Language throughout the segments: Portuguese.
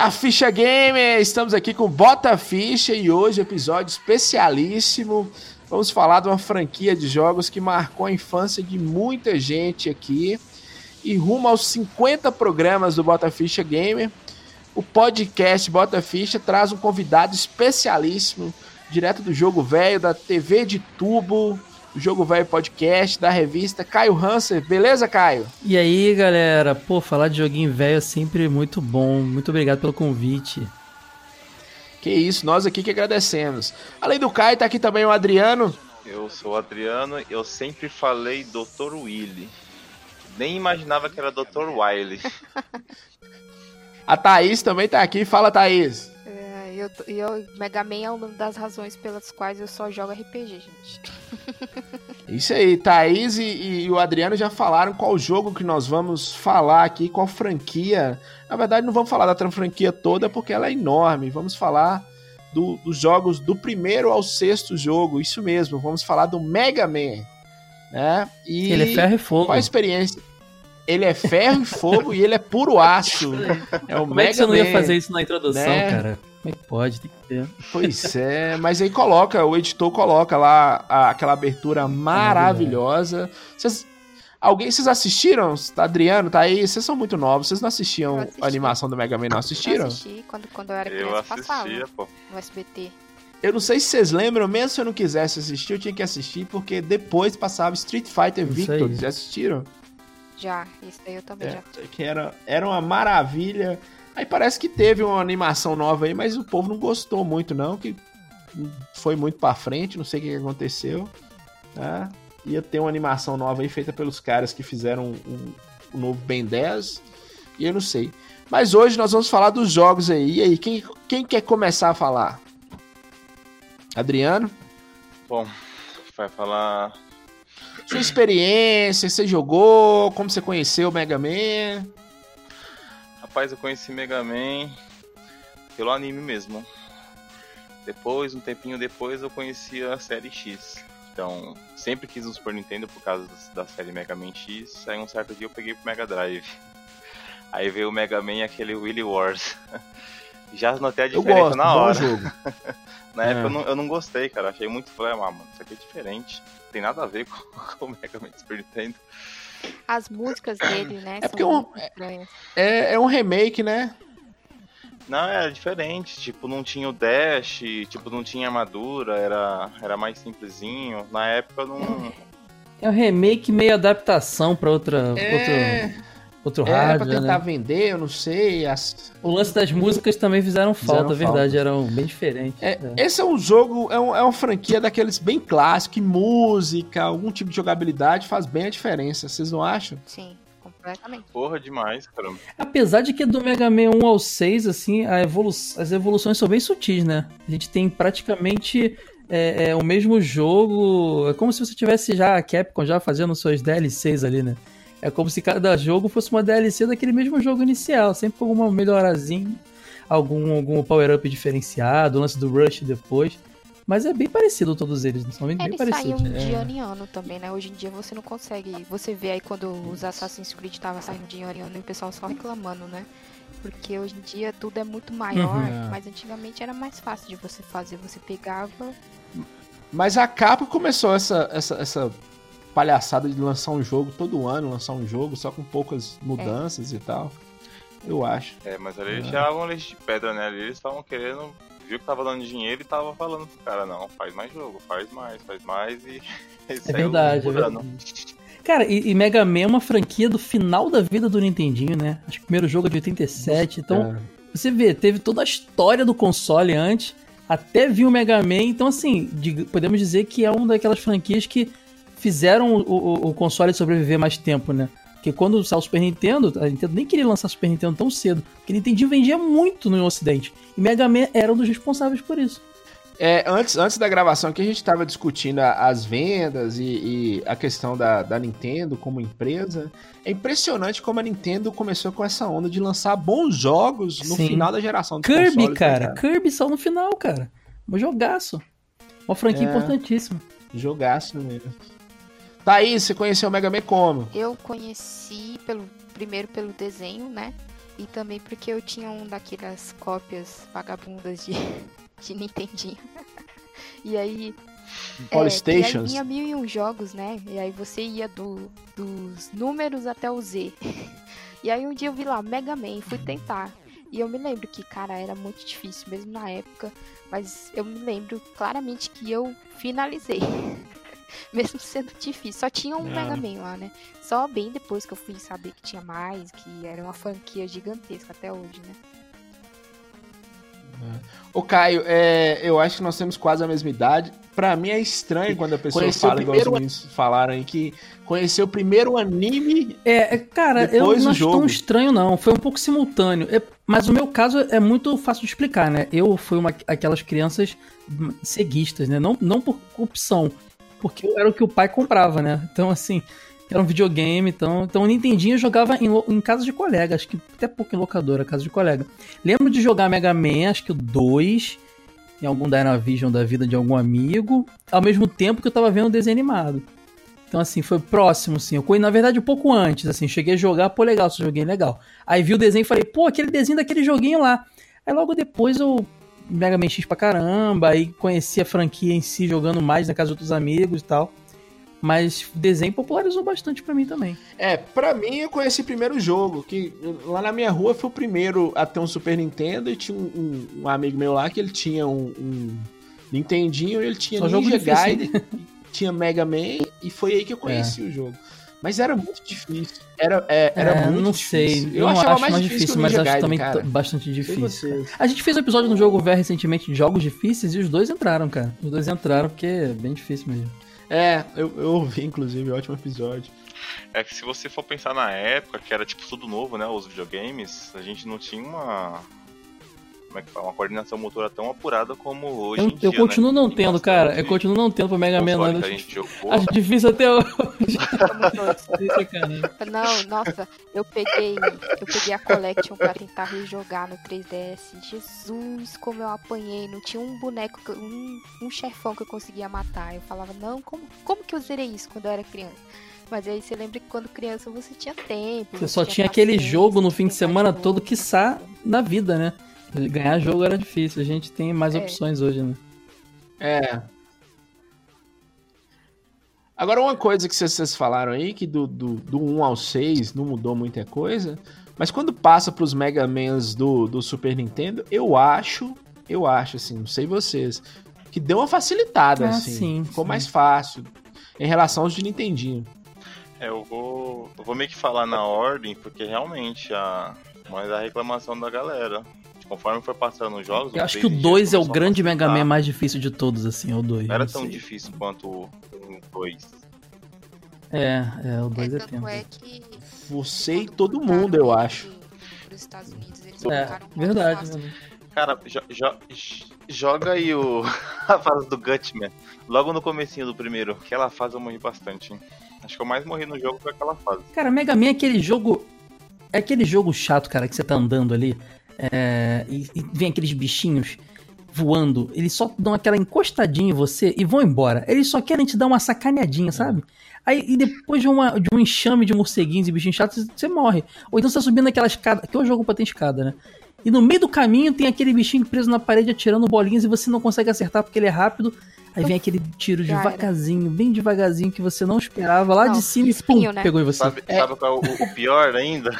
Bota Ficha Gamer! Estamos aqui com Bota Ficha e hoje episódio especialíssimo. Vamos falar de uma franquia de jogos que marcou a infância de muita gente aqui. E rumo aos 50 programas do Bota Ficha Gamer, o podcast Bota Ficha traz um convidado especialíssimo, direto do Jogo Velho, da TV de Tubo, do Jogo Velho Podcast, da revista, Caio Hanser. Beleza, Caio? E aí, galera? Pô, falar de joguinho velho é sempre muito bom. Muito obrigado pelo convite. Que isso, nós aqui que agradecemos. Além do Caio, tá aqui também o Adriano. Eu sou o Adriano, eu sempre falei Dr. Willy. Nem imaginava que era Dr. Wily. A Thaís também tá aqui. Fala, Thaís. Mega Man é uma das razões pelas quais eu só jogo RPG, gente. Isso aí, Thaís e o Adriano já falaram qual jogo que nós vamos falar aqui, qual franquia. Na verdade, não vamos falar da franquia toda porque ela é enorme. Vamos falar dos jogos do primeiro ao sexto jogo. Isso mesmo, vamos falar do Mega Man. Né? E ele é ferro e fogo. Qual a experiência? Ele é ferro e fogo e ele é puro aço. É o Como Mega é que você não Man, ia fazer isso na introdução, né? cara? Como é que pode? Tem que ter. Pois é, mas aí o editor coloca lá aquela abertura maravilhosa. Vocês assistiram? Adriano, tá aí? Vocês são muito novos, vocês não assistiam a animação do Mega Man, não assistiram? Eu assisti, quando eu era criança, passava pô. no SBT. Eu não sei se vocês lembram, mesmo se eu não quisesse assistir, eu tinha que assistir, porque depois passava Street Fighter Victor. Já assistiram? Já, isso daí eu também já. Que era uma maravilha. Aí parece que teve uma animação nova aí, mas o povo não gostou muito não, que foi muito pra frente, não sei o que aconteceu. Tá? Ia ter uma animação nova aí feita pelos caras que fizeram o novo Ben 10, e eu não sei. Mas hoje nós vamos falar dos jogos aí. E aí, quem quer começar a falar? Adriano? Bom, vai falar... Sua experiência, você jogou, como você conheceu o Mega Man? Rapaz, eu conheci Mega Man pelo anime mesmo. Depois, um tempinho depois, eu conheci a série X. Então, sempre quis um Super Nintendo por causa da série Mega Man X. Aí um certo dia eu peguei pro Mega Drive. Aí veio o Mega Man e aquele Willy Wars. Já notei a diferença na hora. Jogo. Na época eu não gostei, cara. Achei muito... Falei, mano, isso aqui é diferente. Não tem nada a ver com o Mega Man Super Nintendo. As músicas dele, né? É porque é um remake, né? Não, era diferente. Tipo, não tinha o dash, tipo, não tinha armadura. Era mais simplesinho. Na época não... É um remake meio adaptação pra outro hardware, pra tentar vender, eu não sei. O lance das músicas também fizeram falta, verdade, eram bem diferentes. Esse é um jogo, é uma franquia daqueles bem clássicos, música, algum tipo de jogabilidade faz bem a diferença, vocês não acham? Sim, completamente. Porra, demais, caramba. Apesar de que do Mega Man 1 ao 6, assim, as evoluções são bem sutis, né? A gente tem praticamente o mesmo jogo, é como se você tivesse já a Capcom já fazendo suas DLCs ali, né? É como se cada jogo fosse uma DLC daquele mesmo jogo inicial, sempre com alguma melhorazinha, algum power-up diferenciado, o lance do Rush depois. Mas é bem parecido todos eles, são bem parecidos. Eles saíam de ano em ano também, né? Hoje em dia você não consegue... Você vê aí quando os Assassin's Creed estavam saindo de ano em ano e o pessoal só reclamando, né? Porque hoje em dia tudo é muito maior, mas antigamente era mais fácil de você fazer. Você pegava... Mas a Capcom começou essa palhaçada de lançar um jogo todo ano, lançar um jogo só com poucas mudanças e tal, eu acho. Mas ali eles tiravam leite de pedra, né? Ali eles estavam querendo, viu que tava dando dinheiro e tava falando pro cara, não, faz mais jogo, faz mais e... É verdade. Cara, e Mega Man é uma franquia do final da vida do Nintendinho, né? Acho que o primeiro jogo é de 87, então você vê, teve toda a história do console antes, até vir o Mega Man, então assim, podemos dizer que é uma daquelas franquias que fizeram o console sobreviver mais tempo, né? Porque quando saiu o Super Nintendo, a Nintendo nem queria lançar o Super Nintendo tão cedo, porque Nintendinho vendia muito no Ocidente. E Mega Man era um dos responsáveis por isso. Antes da gravação aqui, a gente estava discutindo as vendas e a questão da Nintendo como empresa. É impressionante como a Nintendo começou com essa onda de lançar bons jogos no final da geração dos consoles. Kirby, cara. Kirby só no final, cara. Um jogaço. Uma franquia importantíssima. Jogaço mesmo. Thaís, você conheceu o Mega Man como? Eu conheci primeiro pelo desenho, né? E também porque eu tinha um daquelas cópias vagabundas de Nintendinho. E aí... Polystation. E aí vinha 1001 jogos, né? E aí você ia dos números até o Z. E aí um dia eu vi lá, Mega Man, fui tentar. E eu me lembro que, cara, era muito difícil, mesmo na época. Mas eu me lembro claramente que eu finalizei. Mesmo sendo difícil. Só tinha um Mega Man lá, né? Só bem depois que eu fui saber que tinha mais, que era uma franquia gigantesca até hoje, né? Ô Caio, eu acho que nós temos quase a mesma idade. Pra mim é estranho quando a pessoa fala, igual os meninos falaram aí, que conheceu o primeiro anime. Cara, eu não acho tão estranho, não. Foi um pouco simultâneo. Mas o meu caso é muito fácil de explicar, né? Eu fui aquelas crianças ceguistas, né? Não por opção, porque era o que o pai comprava, né? Então, assim, era um videogame. Então o Nintendinho eu jogava em casa de colega, acho que até pouco em locadora, casa de colega. Lembro de jogar Mega Man, acho que o 2, em algum Dynavision da vida de algum amigo, ao mesmo tempo que eu tava vendo o desenho animado. Então, assim, foi próximo, assim. Eu, na verdade, um pouco antes, assim, cheguei a jogar, pô, legal, esse joguinho legal. Aí vi o desenho e falei, pô, aquele desenho daquele joguinho lá. Aí logo depois eu Mega Man X pra caramba, aí conheci a franquia em si, jogando mais na casa de outros amigos e tal. Mas o desenho popularizou bastante pra mim também. Pra mim eu conheci primeiro o jogo, que lá na minha rua foi o primeiro a ter um Super Nintendo, e tinha um amigo meu lá que ele tinha um Nintendinho, e ele tinha só Ninja Gaiden, tinha Mega Man, e foi aí que eu conheci o jogo. Mas era muito difícil. Era muito não difícil. Sei, eu achava mais difícil, mas acho também bastante difícil. A gente fez um episódio no Jogo VR recentemente de jogos difíceis e os dois entraram, cara. Os dois entraram porque é bem difícil mesmo. Eu ouvi, inclusive, ótimo episódio. É que se você for pensar na época, que era tipo tudo novo, né, os videogames, a gente não tinha uma coordenação motora tão apurada como hoje em dia, eu continuo não tendo, cara. Eu continuo não tendo pro Mega Man. Que a gente jogou, acho difícil até hoje. Não, nossa, eu peguei a Collection pra tentar rejogar no 3DS. Jesus, como eu apanhei. Não tinha um boneco, um chefão que eu conseguia matar. Eu falava, não, como que eu zerei isso quando eu era criança? Mas aí você lembra que quando criança você tinha tempo. Você só tinha aquele jogo no fim de semana todo, quiçá na vida, né? Ganhar jogo era difícil, a gente tem mais opções hoje, né? Agora, uma coisa que vocês falaram aí, que do 1 ao 6 não mudou muita coisa, mas quando passa pros Mega Mans do Super Nintendo, eu acho, assim, não sei vocês, que deu uma facilitada, assim. Sim, ficou mais fácil em relação aos de Nintendinho. Eu vou meio que falar na ordem, porque realmente mas a reclamação da galera. Conforme foi passando os jogos... Eu acho que o 2 é o grande Mega Man mais difícil de todos, assim, é o 2. Não era tão difícil quanto o 2. O 2 é tempo. Você e todo mundo, eu acho. Dos Estados Unidos, eles verdade. Cara, joga aí a fase do Gutman. Logo no comecinho do primeiro. Aquela fase eu morri bastante, hein? Acho que eu mais morri no jogo foi aquela fase. Cara, Mega Man é aquele jogo... É aquele jogo chato, cara, que você tá andando ali... e vem aqueles bichinhos voando, eles só dão aquela encostadinha em você e vão embora. Eles só querem te dar uma sacaneadinha, sabe? Aí, e depois de um enxame de morceguinhos e bichinhos chatos, você morre. Ou então você tá subindo naquela escada, que é o jogo pra ter escada, né? E no meio do caminho tem aquele bichinho preso na parede atirando bolinhas e você não consegue acertar porque ele é rápido. Aí vem aquele tiro devagarzinho, bem devagarzinho, que você não esperava, lá de cima espinho, e pum, né? Pegou em você. Sabe qual é o pior ainda?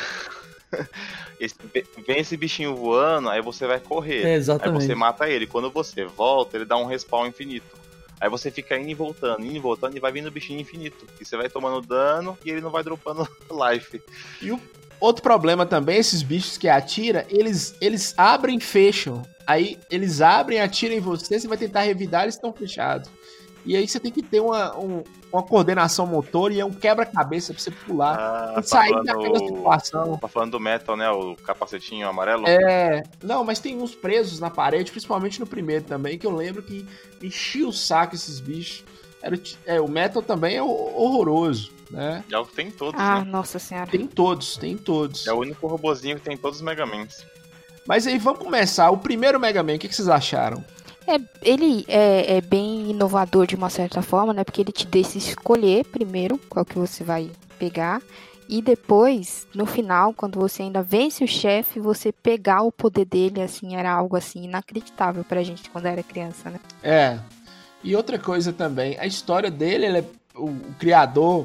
Vem esse bichinho voando, aí você vai correr. Exatamente. Aí você mata ele. Quando você volta, ele dá um respawn infinito. Aí você fica indo e voltando e vai vindo o bichinho infinito. E você vai tomando dano e ele não vai dropando life. E o outro problema também, esses bichos que atiram, eles abrem e fecham. Aí eles abrem, atiram em você vai tentar revidar, eles estão fechados. E aí você tem que ter uma coordenação motor e é um quebra-cabeça pra você pular. E sair daquela situação. Tá falando do Metal, né? O capacetinho amarelo? Não, mas tem uns presos na parede, principalmente no primeiro também, que eu lembro que enchia o saco esses bichos. O Metal também é horroroso, né? É o que tem todos, né? Nossa senhora. Tem todos. É o único robozinho que tem todos os Mega Mans. Mas aí, vamos começar. O primeiro Mega Man, o que vocês acharam? Ele é bem inovador de uma certa forma, né? Porque ele te deixa escolher primeiro qual que você vai pegar. E depois, no final, quando você ainda vence o chefe, você pegar o poder dele, assim, era algo assim inacreditável pra gente quando era criança, né? E outra coisa também, a história dele, o criador,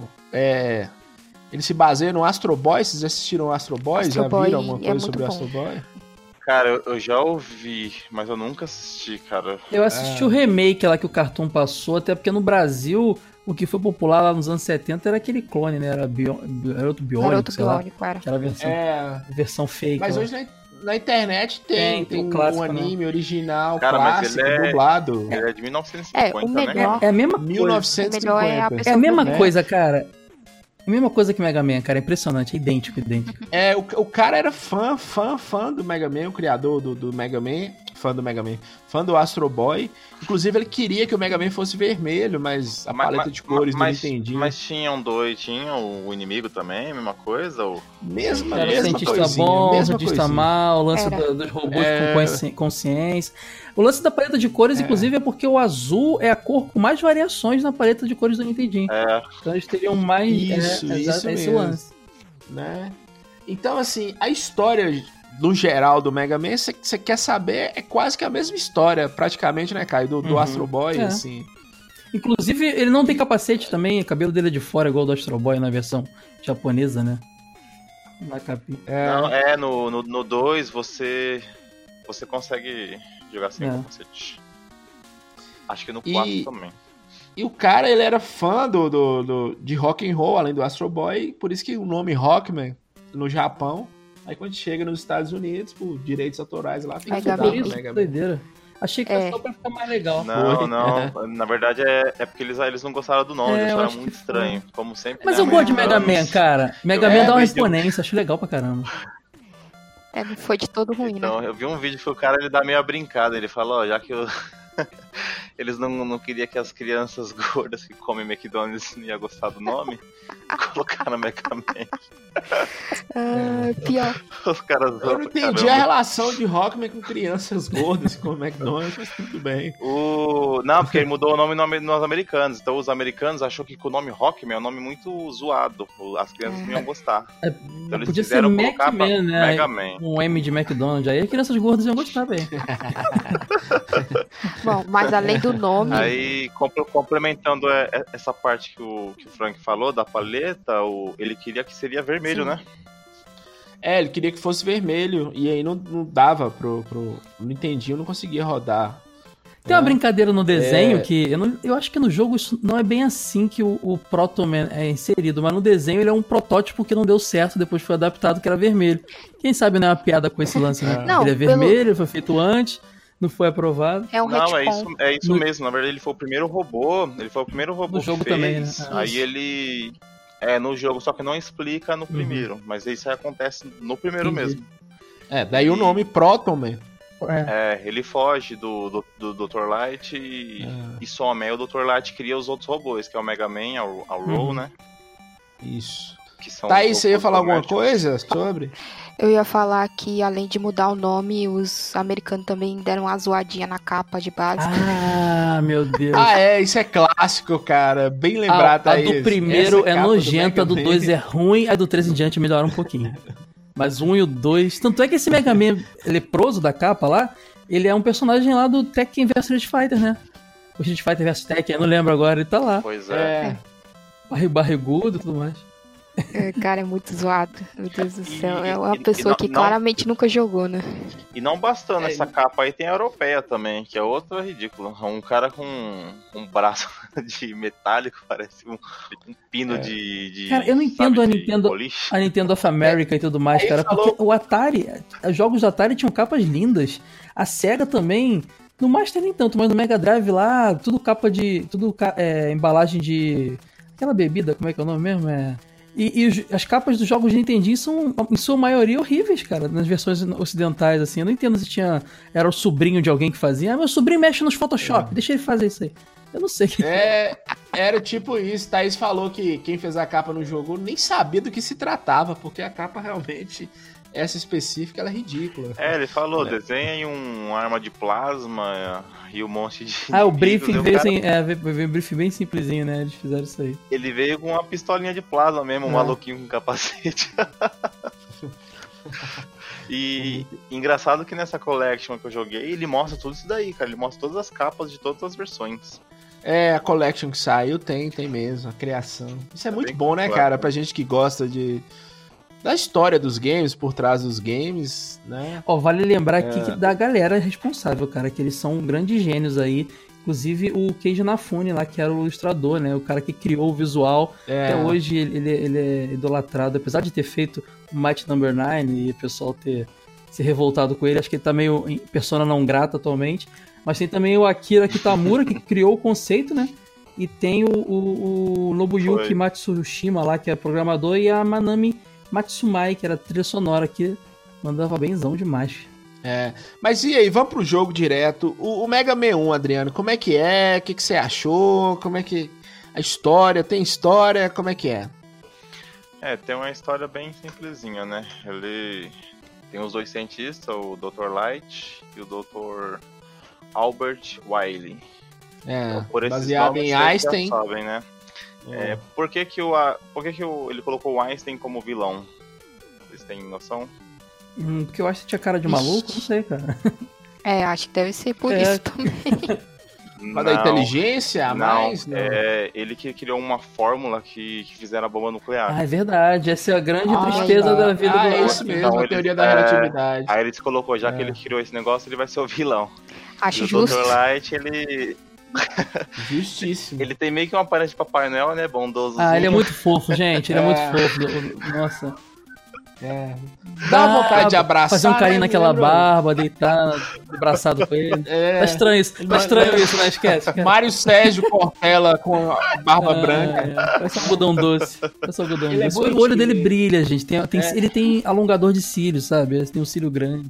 ele se baseia no Astro Boy. Vocês assistiram o Astro Boy? Já viram alguma coisa sobre o Astro Boy? Cara, eu já ouvi, mas eu nunca assisti, cara. Eu assisti o remake lá que o Cartoon passou, até porque no Brasil o que foi popular lá nos anos 70 era aquele clone, né? Era Garoto Biônico, sei lá. Aquela versão fake. Mas lá. Hoje na internet tem um clássico, anime original, cara, clássico, dublado. Ele é de 1950, o melhor, né? É a mesma coisa. 1950. É a mesma coisa, cara. É a mesma coisa que Mega Man, cara. É impressionante. É idêntico. O cara era fã do Mega Man, o criador do Mega Man. Fã do Astro Boy. Inclusive, ele queria que o Mega Man fosse vermelho, mas a paleta de cores não entendia. Mas tinha o inimigo também, a mesma coisa? Mesma cientista coisinha, bom, cientista mal, o lance dos robôs com consciência. O lance da paleta de cores, inclusive, é porque o azul é a cor com mais variações na paleta de cores do Nintendinho. Então eles teriam mais isso esse mesmo, lance. Né? Então, assim, a história no geral do Mega Man, você quer saber, é quase que a mesma história, praticamente, né, Caio? Do Astro Boy, assim. Inclusive, ele não tem capacete também, o cabelo dele é de fora, igual o do Astro Boy na versão japonesa, né? Na capinha. Não, no 2 você consegue jogar sem capacete. Acho que no 4 também. E o cara, ele era fã de rock and roll, além do Astro Boy, por isso que o nome Rockman no Japão. Aí quando chega nos Estados Unidos, por direitos autorais lá, tem que mudar o Mega Man. Doideira. Achei que era só pra ficar mais legal. Não. Na verdade é porque eles não gostaram do nome, eles acharam muito estranho. Como sempre. Mas eu gosto de Mega Man, cara. Mega Man dá uma imponência, acho legal pra caramba. Não foi de todo ruim, então, né? Eu vi um vídeo que o cara ele dá meio a brincada. Ele falou, já que eles não queriam que as crianças gordas que comem McDonald's não iam gostar do nome, colocaram Mega Man. Pior. Os caras eu não entendi a relação de Rockman com crianças gordas com McDonald's, mas tudo bem. Não, porque ele mudou o nome nos americanos. Então os americanos achou que com o nome Rockman é um nome muito zoado. As crianças não iam gostar. Então eles podia ser Mac-Man, né? Mega Man. Um M de McDonald's. Aí as crianças gordas iam gostar, velho. Bom, mas além do nome... Aí, complementando essa parte que o Frank falou, da paleta, ele queria que seria vermelho, né? Ele queria que fosse vermelho, e aí não dava pro Nintendinho, não conseguia rodar. Tem uma brincadeira no desenho que... Eu acho que no jogo isso não é bem assim que o Proto Man é inserido, mas no desenho ele é um protótipo que não deu certo, depois foi adaptado, que era vermelho. Quem sabe não é uma piada com esse lance, né? Não, ele é vermelho, foi feito antes... Não foi aprovado. É isso mesmo. Na verdade, ele foi o primeiro robô. No jogo também, né? Aí ele... no jogo, só que não explica no primeiro. Mas isso aí acontece no primeiro mesmo. Daí o nome Proton Man. Ele foge do Dr. Light e some. Aí o Dr. Light cria os outros robôs, que é o Mega Man, a Roll, né? Isso. Tá aí, você ia falar alguma coisa sobre? Eu ia falar que, além de mudar o nome, os americanos também deram uma zoadinha na capa de base. Ah, meu Deus. Isso é clássico, cara. Bem lembrado aí. A do primeiro é nojenta, a do 2 é ruim, a do 3 em diante melhora um pouquinho. Mas o 1 e o 2... Tanto é que esse Mega Man leproso da capa lá, ele é um personagem lá do Tekken vs Street Fighter, né? O Street Fighter vs Tekken, eu não lembro agora, ele tá lá. Pois é. Barrigudo e tudo mais. Cara, é muito zoado. Meu Deus do céu. É uma pessoa que claramente nunca jogou, né? E não bastando essa capa aí, tem a europeia também, que é outra ridícula. Um cara com um braço de metálico, parece um pino de... Cara, eu não entendo a Nintendo of America e tudo mais, cara. Porque o Atari, os jogos do Atari tinham capas lindas. A Sega também... No Master nem tanto, mas no Mega Drive lá, tudo capa de... embalagem de... Aquela bebida, como é que é o nome mesmo? E as capas dos jogos de Nintendinho são, em sua maioria, horríveis, cara, nas versões ocidentais, assim. Eu não entendo se era o sobrinho de alguém que fazia. Meu sobrinho mexe nos Photoshop, deixa ele fazer isso aí. Eu não sei. Era tipo isso. Thaís falou que quem fez a capa no jogo nem sabia do que se tratava, porque a capa realmente essa específica ela é ridícula. Ele falou, desenhem uma arma de plasma e um monte de... o briefing veio um briefing bem simplesinho, né? Eles fizeram isso aí. Ele veio com uma pistolinha de plasma mesmo, um maluquinho com capacete. E engraçado que nessa collection que eu joguei, ele mostra tudo isso daí, cara. Ele mostra todas as capas de todas as versões. A collection que saiu tem mesmo, a criação. Isso é muito bom, né, cara? Pra gente que gosta da história dos games, por trás dos games, né? Vale lembrar aqui que da galera responsável, cara, que eles são grandes gênios aí. Inclusive o Keiji Inafune lá, que era o ilustrador, né? O cara que criou o visual. Até hoje ele é idolatrado. Apesar de ter feito o Might Number 9 e o pessoal ter se revoltado com ele, acho que ele tá meio em persona não grata atualmente. Mas tem também o Akira Kitamura, que criou o conceito, né? E tem o Nobuyuki Matsushima lá, que é programador, e a Manami Matsumai, que era trilha sonora, que mandava benzão demais. Mas e aí, vamos pro jogo direto. O Mega Man 1, Adriano, como é que é? O que você achou? Como é que... A história, tem história? Como é que é? Tem uma história bem simplesinha, né? Ele tem os dois cientistas, o Dr. Light e o Dr. Albert Wily. Então, baseado em Einstein. Já sabem, né? Por que ele colocou o Einstein como vilão? Vocês têm noção? Porque eu acho que tinha cara de maluco, não sei, cara. Acho que deve ser por isso também. Mas da inteligência a mais? Não. Ele que criou uma fórmula que fizeram a bomba nuclear. É verdade, essa é a grande tristeza da vida do é isso mesmo, então, a teoria da relatividade. Aí ele se colocou, já que ele criou esse negócio, ele vai ser o vilão. Acho e justo. O Dr. Light, ele... Justíssimo. Ele tem meio que uma aparência de Papai Noel, né? Bondoso. Ele é muito fofo, gente. Ele é muito fofo. Nossa. Dá vontade de abraçar. Fazer um carinho naquela barba, deitar abraçado com ele. Tá estranho isso. Né? Esquece. Mário Sérgio Cortella com a barba branca. Parece um algodão doce. O olho dele brilha, gente. Ele tem alongador de cílios, sabe? Ele tem um cílio grande.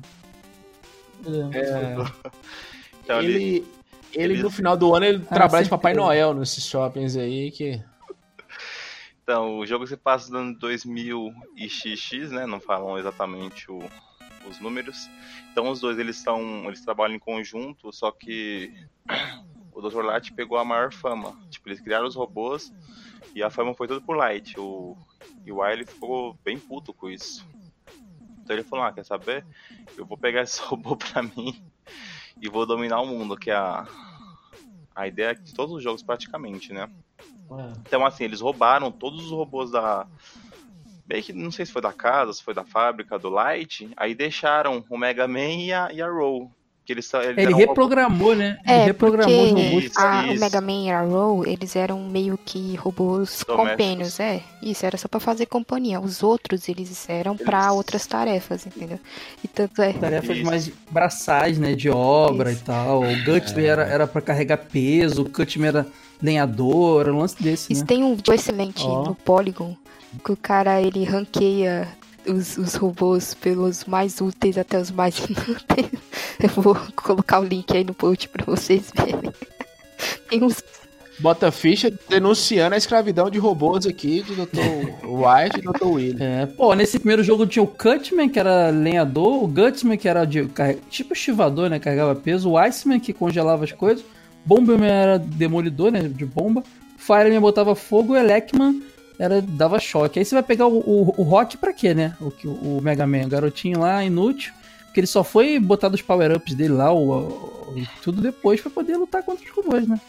Então, ele no final do ano, ele trabalha de Papai Noel nesses shoppings aí que... Então, o jogo se passa no ano 2000 e XX, né? Não falam exatamente os números. Então, os dois, eles trabalham em conjunto, só que o Dr. Light pegou a maior fama. Tipo, eles criaram os robôs e a fama foi toda por Light. E o Wily ficou bem puto com isso. Então ele falou, quer saber? Eu vou pegar esse robô pra mim e vou dominar o mundo, que é a ideia de todos os jogos praticamente, né? Então, assim, eles roubaram todos os robôs bem que não sei se foi da casa, se foi da fábrica do Light, aí deixaram o Mega Man e a Roll. Que ele reprogramou, né? Ele reprogramou os robôs. O Mega Man e a Roll, eles eram meio que robôs compênios, Isso, era só pra fazer companhia. Os outros, eles eram pra outras tarefas, entendeu? E tanto tarefas mais braçais, né? De obra e tal. O Gutman era pra carregar peso, o Cutman era lenhador, era um lance desse, Isso, né? tem um vídeo excelente no Polygon, que o cara, ele ranqueia os robôs pelos mais úteis até os mais inúteis. Eu vou colocar o link aí no post pra vocês verem. Tem uns... Bota ficha denunciando a escravidão de robôs aqui do Dr. White e do Dr. Willy. Nesse primeiro jogo tinha o Cutman, que era lenhador, o Gutman, que era tipo estivador, né? Carregava peso, o Iceman, que congelava as coisas, Bomberman era demolidor, né? De bomba, Fireman botava fogo, o Elecman dava choque. Aí você vai pegar o Rock pra quê, né? O Mega Man, o garotinho lá, inútil, porque ele só foi botar dos power-ups dele lá, tudo depois, pra poder lutar contra os robôs, né?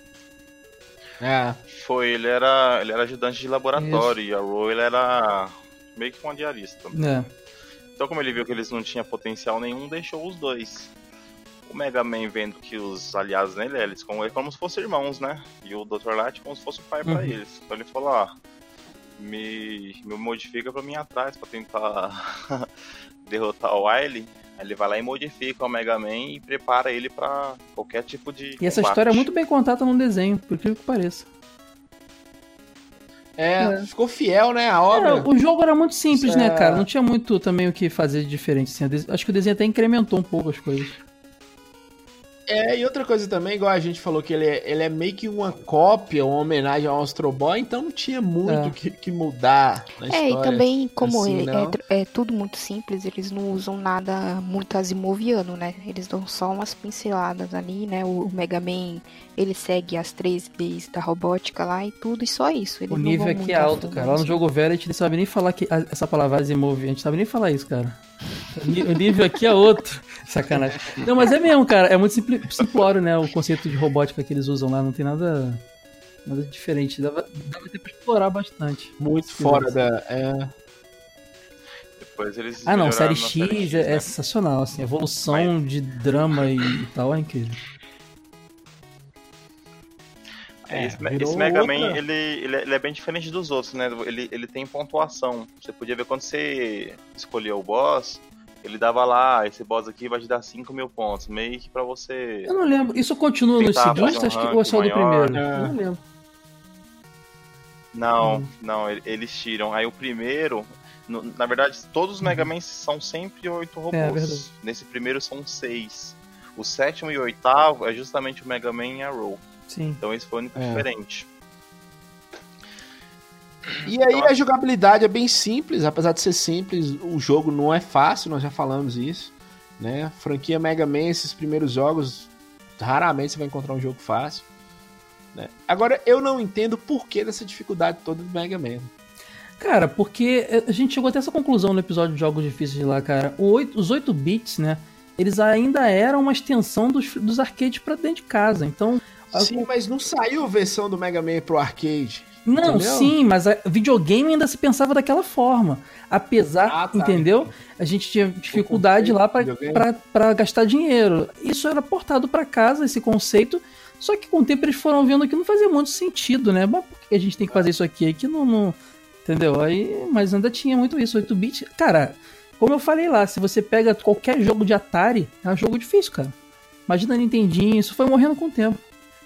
Ele era ajudante de laboratório. Isso. E a Roll, ele era meio que um diarista. Então, como ele viu que eles não tinham potencial nenhum, deixou os dois. O Mega Man, vendo que os aliados nele, eles como se fossem irmãos, né? E o Dr. Light como se fosse o pai pra eles. Então ele falou, me modifica pra mim ir atrás, pra tentar derrotar o Wily. Aí ele vai lá e modifica o Mega Man e prepara ele pra qualquer tipo de combate. E essa história é muito bem contada no desenho, por incrível que pareça. Ficou fiel, né, a obra. O jogo era muito simples, né, cara? Não tinha muito também o que fazer de diferente. Assim. Acho que o desenho até incrementou um pouco as coisas. E outra coisa também, igual a gente falou que ele é meio que uma cópia, uma homenagem ao Astro Boy, então não tinha muito que mudar na história. E também, como assim, é tudo muito simples, eles não usam nada muito asimoviano, né? Eles dão só umas pinceladas ali, né? O Mega Man, ele segue as 3 leis da robótica lá e tudo, e só isso. Eles o nível aqui é alto, cara. Lá no jogo velho a gente não sabe nem falar que essa palavra asimoviano, a gente não sabe nem falar isso, cara. O nível aqui é outro. Sacanagem. Não, mas é mesmo, cara. É muito simplório, né? O conceito de robótica que eles usam lá. Não tem nada diferente. Dava até pra explorar bastante. Muito fora da... Depois eles não. Série X né? É sensacional, assim. Evolução de drama e tal é incrível. Esse Mega Man, ele é bem diferente dos outros, né? Ele tem pontuação. Você podia ver quando você escolheu o boss, ele dava lá, esse boss aqui vai te dar 5.000 pontos, meio que pra você... Eu não lembro, isso continua nos seguintes? Acho que ou só do primeiro? Eu não lembro. Não, eles tiram. Aí o primeiro... Na verdade, todos os Mega Man são sempre 8 robôs. Nesse primeiro são 6. O 7º e o 8º é justamente o Mega Man e a Roll. Sim. Então esse foi o único diferente. E aí a jogabilidade é bem simples, apesar de ser simples, o jogo não é fácil, nós já falamos isso, né? Franquia Mega Man, esses primeiros jogos, raramente você vai encontrar um jogo fácil, né? Agora, eu não entendo o porquê dessa dificuldade toda do Mega Man. Cara, porque a gente chegou até essa conclusão no episódio de jogos difíceis lá, cara. Os 8 bits, né? Eles ainda eram uma extensão dos arcades pra dentro de casa, então... Sim, mas não saiu a versão do Mega Man pro arcade. Não, entendeu? Sim, mas a videogame ainda se pensava daquela forma. Apesar, entendeu? A gente tinha dificuldade lá pra gastar dinheiro. Isso era portado pra casa, esse conceito. Só que com o tempo eles foram vendo que não fazia muito sentido, né? Mas por que a gente tem que fazer isso aqui? Que não... Entendeu? Aí, mas ainda tinha muito isso. 8-bit, cara, como eu falei lá, se você pega qualquer jogo de Atari, é um jogo difícil, cara. Imagina Nintendinho, isso foi morrendo com o tempo.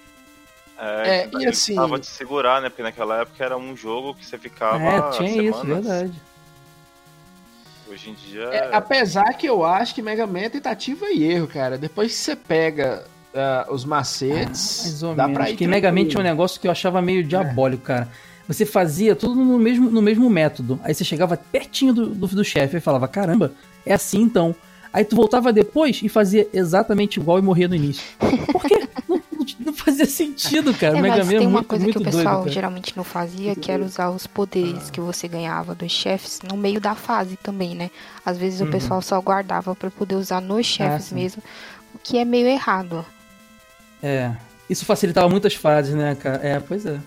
E assim... Tava de segurar, né? Porque naquela época era um jogo que você ficava tinha semanas. Isso, verdade. Hoje em dia... apesar que eu acho que Mega Man é tentativa e erro, cara. Depois que você pega os macetes, mais ou dá menos. pra ir porque Mega Man tinha um negócio que eu achava meio diabólico, cara. Você fazia tudo no mesmo método. Aí você chegava pertinho do chefe e falava, caramba, é assim então. Aí tu voltava depois e fazia exatamente igual e morria no início. Por quê? Não fazia sentido, cara. O Mega Man tem uma muito, coisa muito que o pessoal doido, geralmente não fazia, que era usar os poderes que você ganhava dos chefes no meio da fase também, né? Às vezes o pessoal só guardava pra poder usar nos chefes mesmo, o que é meio errado. Isso facilitava muitas fases, né, cara? Pois é.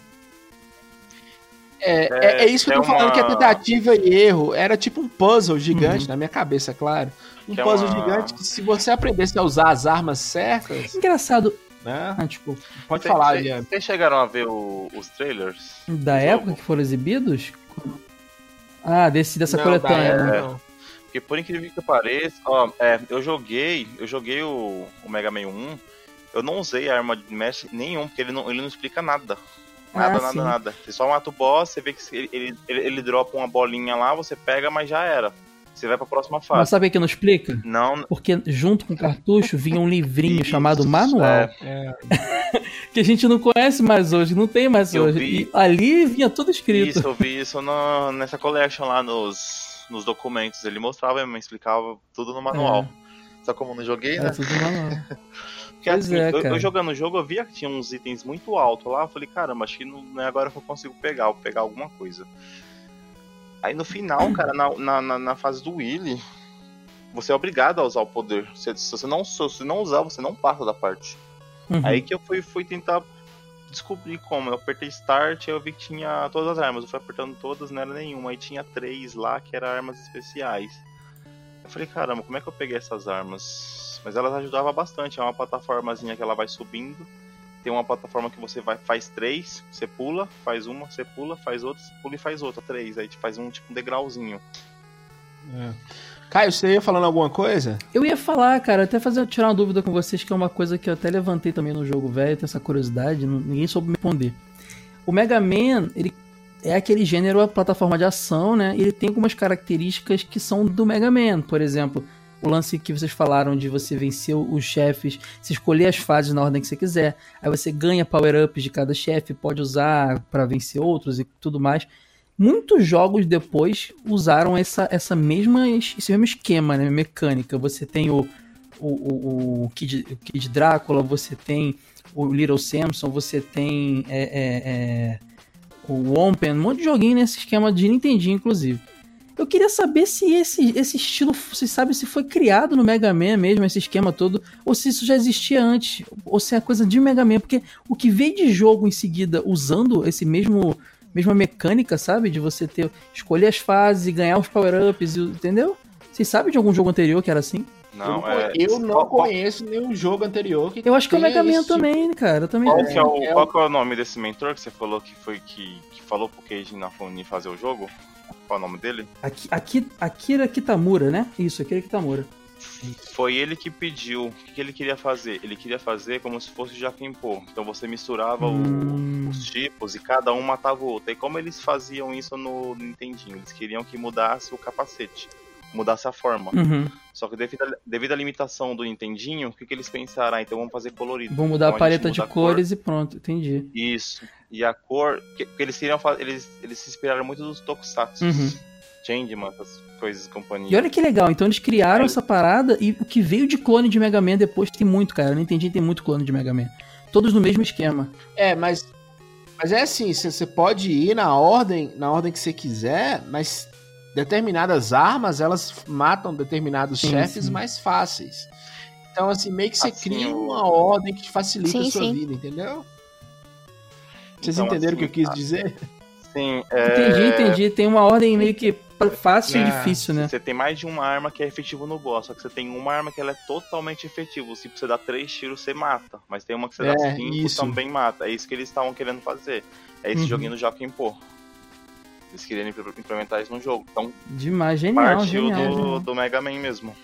É isso que eu tô falando, que é tentativa e erro. Era tipo um puzzle gigante, na minha cabeça, é claro. Um puzzle gigante que, se você aprendesse a usar as armas certas... Engraçado. Né? Pode falar, Liane. Vocês chegaram a ver os trailers? Da época que foram exibidos? Dessa coletânea. Não. Porque por incrível que pareça, eu joguei o Mega Man 1, eu não usei a arma de mestre nenhum, porque ele não explica nada. Nada. Você só mata o boss, você vê que ele dropa uma bolinha lá, você pega, mas já era. Você vai pra próxima fase. Mas sabe o que não explica? Não. Porque junto com o cartucho vinha um livrinho chamado Manual. Que a gente não conhece mais hoje, não tem mais hoje. E ali vinha tudo escrito. Isso, eu vi isso nessa collection lá nos documentos. Ele mostrava, me explicava tudo no manual. Só como eu não joguei, né? Tudo no manual. Porque assim, eu jogando o jogo, eu via que tinha uns itens muito altos lá. Eu falei, caramba, acho que não é agora que eu consigo pegar. Vou pegar alguma coisa. Aí no final, cara, na fase do Willy, você é obrigado a usar o poder. Se você não usar, você não passa da parte. Aí que eu fui tentar descobrir como. Eu apertei Start e eu vi que tinha todas as armas. Eu fui apertando todas, não era nenhuma. Aí tinha 3 lá que eram armas especiais. Eu falei, caramba, como é que eu peguei essas armas? Mas elas ajudavam bastante. É uma plataformazinha que ela vai subindo. Tem uma plataforma que você faz 3, você pula, faz uma, você pula, faz outra, você pula e faz outra, 3. Aí te faz um degrauzinho. Caio, você ia falando alguma coisa? Eu ia falar, cara, até tirar uma dúvida com vocês, que é uma coisa que eu até levantei também no jogo velho, tenho essa curiosidade, ninguém soube me responder. O Mega Man, ele é aquele gênero, a plataforma de ação, né? Ele tem algumas características que são do Mega Man, por exemplo. o lance que vocês falaram de você vencer os chefes, se escolher as fases na ordem que você quiser, aí você ganha power-ups de cada chefe, pode usar pra vencer outros e tudo mais. Muitos jogos depois usaram esse mesmo esquema, né, mecânica. Você tem o Kid Drácula, você tem o Little Samson, você tem o Wompen, um monte de joguinho nesse esquema de Nintendinho, inclusive. Eu queria saber se esse estilo, você sabe se foi criado no Mega Man mesmo, esse esquema todo, ou se isso já existia antes, ou se é coisa de Mega Man, porque o que veio de jogo em seguida usando esse mesma mecânica, sabe? De você escolher as fases e ganhar os power-ups, entendeu? Vocês sabem de algum jogo anterior que era assim? Não, eu não conheço nenhum jogo anterior que eu acho que é o Mega Man também, cara. Eu também qual que é o nome desse mentor que você falou que falou pro Keiji Inafune fazer o jogo? Qual é o nome dele? Akira Kitamura, né? Isso, Akira Kitamura. Foi ele que pediu. O que ele queria fazer? Ele queria fazer como se fosse Jaquempo. Então você misturava os tipos e cada um matava o outro. E como eles faziam isso no Nintendinho? Eles queriam que mudasse o capacete, mudasse a forma. Só que devido à limitação do Nintendinho, o que eles pensaram? Então vamos fazer colorido. Vamos mudar então, a paleta de cores e pronto, entendi. Isso. E a cor, que eles queriam fazer, eles se inspiraram muito dos Tokusatsu. Changeman, essas coisas, companhia. E olha que legal, então eles criaram essa parada e o que veio de clone de Mega Man depois tem muito, cara. Eu não entendi, tem muito clone de Mega Man. Todos no mesmo esquema. Mas é assim, você pode ir na ordem que você quiser, mas determinadas armas, elas matam determinados chefes mais fáceis. Então, assim, meio que você cria uma ordem que facilita a sua vida, entendeu? Vocês entenderam o que eu quis dizer? Sim, Entendi. Tem uma ordem meio que fácil e difícil, né? Você tem mais de uma arma que é efetivo no boss, só que você tem uma arma que ela é totalmente efetiva. Se você dá 3 tiros, você mata. Mas tem uma que você dá 5 também mata. É isso que eles estavam querendo fazer. É esse joguinho do Jaquempo. Eles queriam implementar isso no jogo. Então, demais, genial, partiu do Mega Man mesmo.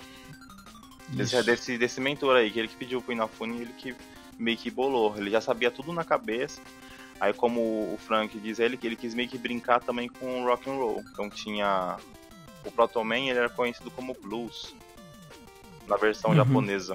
Desse mentor aí, que ele que pediu pro Inafune, ele que meio que bolou. Ele já sabia tudo na cabeça. Aí, como o Frank diz, ele quis meio que brincar também com rock and roll. Então tinha o Proto Man, ele era conhecido como Blues na versão japonesa.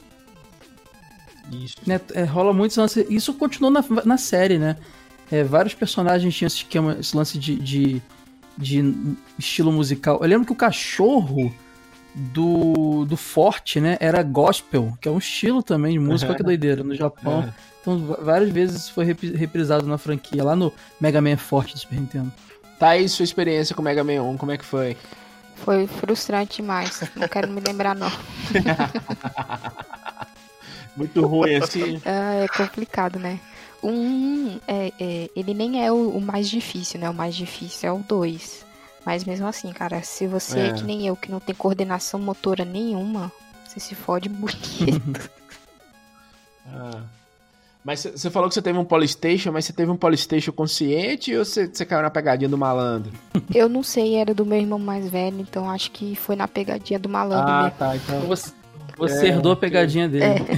Isso. Rola muito isso continuou na série, né? Vários personagens tinham esse lance de estilo musical. Eu lembro que o cachorro do Forte, né, era gospel, que é um estilo também de música, que doideira, no Japão. Então, várias vezes foi reprisado na franquia, lá no Mega Man Forte do Super Nintendo. Tá aí sua experiência com o Mega Man 1, como é que foi? Foi frustrante demais, não quero me lembrar não. Muito ruim assim? É complicado, né? Ele nem é o mais difícil, né? O mais difícil é o 2. Mas mesmo assim, cara, se você é que nem eu, que não tem coordenação motora nenhuma, você se fode bonito. Mas você falou que você teve um Polystation, mas você teve um Polystation consciente ou você caiu na pegadinha do malandro? Eu não sei, era do meu irmão mais velho, então acho que foi na pegadinha do malandro mesmo. Tá, então você herdou a pegadinha dele.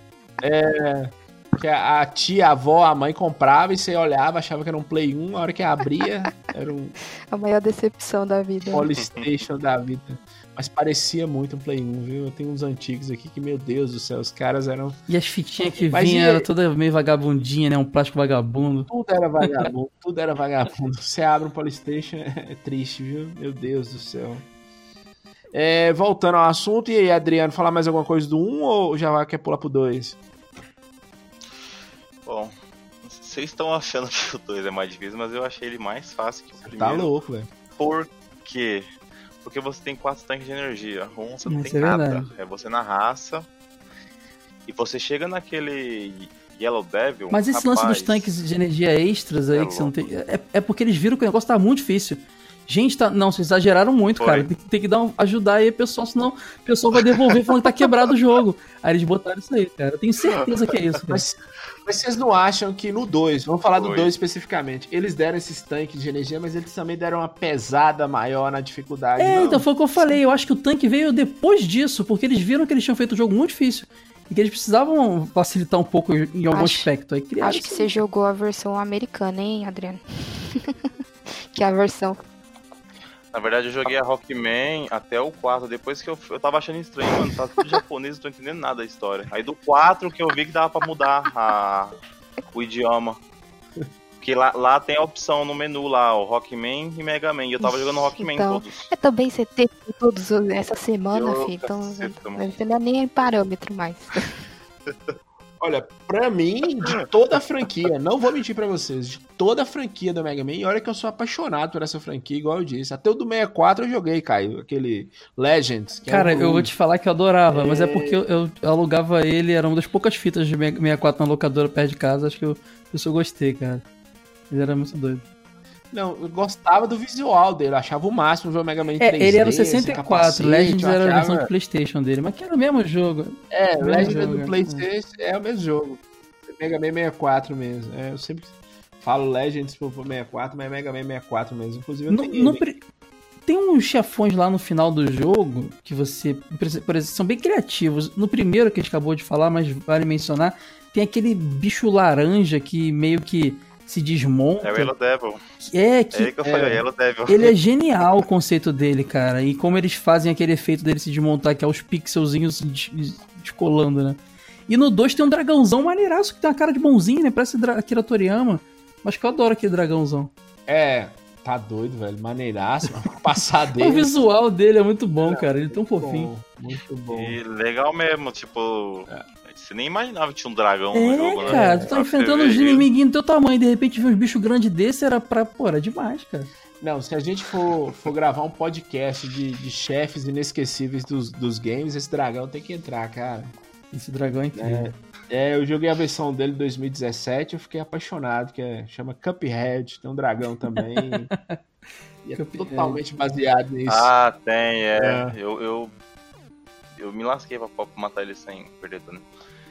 Que a tia, a avó, a mãe comprava e você olhava, achava que era um Play 1, a hora que abria, era um... A maior decepção da vida. Polystation da vida. Mas parecia muito um Play 1, viu? Eu tenho uns antigos aqui que, meu Deus do céu, os caras eram... E as fitinhas que vinham era toda meio vagabundinha, né? Um plástico vagabundo. Tudo era vagabundo. Você abre um Polystation, é triste, viu? Meu Deus do céu. Voltando ao assunto, e aí, Adriano, falar mais alguma coisa do 1 ou já quer pular pro 2? Bom, vocês estão achando que o 2 é mais difícil, mas eu achei ele mais fácil que o primeiro. Tá louco, velho. Por quê? Porque você tem 4 tanques de energia. Você não tem nada. Verdade. É você na raça. E você chega naquele Yellow Devil. Mas esse lance dos tanques de energia extras aí que você não tem. É porque eles viram que o negócio tá muito difícil. Gente, não, vocês exageraram muito, cara. Tem que ajudar aí, pessoal, senão o pessoal vai devolver falando que tá quebrado o jogo. Aí eles botaram isso aí, cara. Eu tenho certeza que é isso, cara. Mas vocês não acham que no 2, vamos falar do 2 especificamente, eles deram esses tanques de energia, mas eles também deram uma pesada maior na dificuldade, não? Então foi o que eu falei. Eu acho que o tanque veio depois disso, porque eles viram que eles tinham feito um jogo muito difícil. E que eles precisavam facilitar um pouco em algum aspecto. Aí acho que você jogou a versão americana, hein, Adriano? Que é a versão... Na verdade, eu joguei a Rockman até o 4. Depois que eu tava achando estranho, mano. Tá tudo japonês, não tô entendendo nada da história. Aí do 4 que eu vi que dava pra mudar o idioma. Porque lá tem a opção no menu lá, o Rockman e Mega Man. E eu tava jogando Rockman então, todos. Também você teve todos essa semana, filho. Então você não é nem parâmetro mais. Olha, pra mim, de toda a franquia, não vou mentir pra vocês, de toda a franquia do Mega Man, e olha que eu sou apaixonado por essa franquia, igual eu disse. Até o do 64 eu joguei, Caio, aquele Legends. Cara, eu vou te falar que eu adorava, mas é porque eu alugava ele, era uma das poucas fitas de 64 na locadora perto de casa, acho que eu só gostei, cara. Ele era muito doido. Não, eu gostava do visual dele, eu achava o máximo ver o Mega Man 3D. Ele era o 64, Legends era a versão de PlayStation dele, mas que era o mesmo jogo. Legends do PlayStation é o mesmo jogo. Mega Man 64 mesmo. Eu sempre falo Legends pro 64, mas é Mega Man 64 mesmo. Inclusive eu tenho Tem uns chefões lá no final do jogo que você, por exemplo, são bem criativos. No primeiro que a gente acabou de falar, mas vale mencionar, tem aquele bicho laranja que meio que se desmonta. É o Yellow Devil. É que eu falei, Yellow Devil. Ele é genial o conceito dele, cara. E como eles fazem aquele efeito dele se desmontar, que é os pixelzinhos descolando, né? E no 2 tem um dragãozão maneiraço, que tem uma cara de bonzinho, né? Parece Akira Toriyama. Mas que eu adoro aquele dragãozão. Tá doido, velho. Maneiraço. Passar dele. O visual dele é muito bom, cara. Ele é tão fofinho. Muito bom. E legal mesmo, tipo... Você nem imaginava que tinha um dragão no jogo, né? Cara, tu tá enfrentando os inimiguinhos do teu tamanho, de repente ver uns bichos grandes desse era demais, cara. Não, se a gente for gravar um podcast de chefes inesquecíveis dos games, esse dragão tem que entrar, cara. Esse dragão é incrível. Eu joguei a versão dele em 2017, eu fiquei apaixonado, que chama Cuphead, tem um dragão também. E é totalmente baseado nisso. Ah, tem, Eu me lasquei pra matar ele sem perder dano.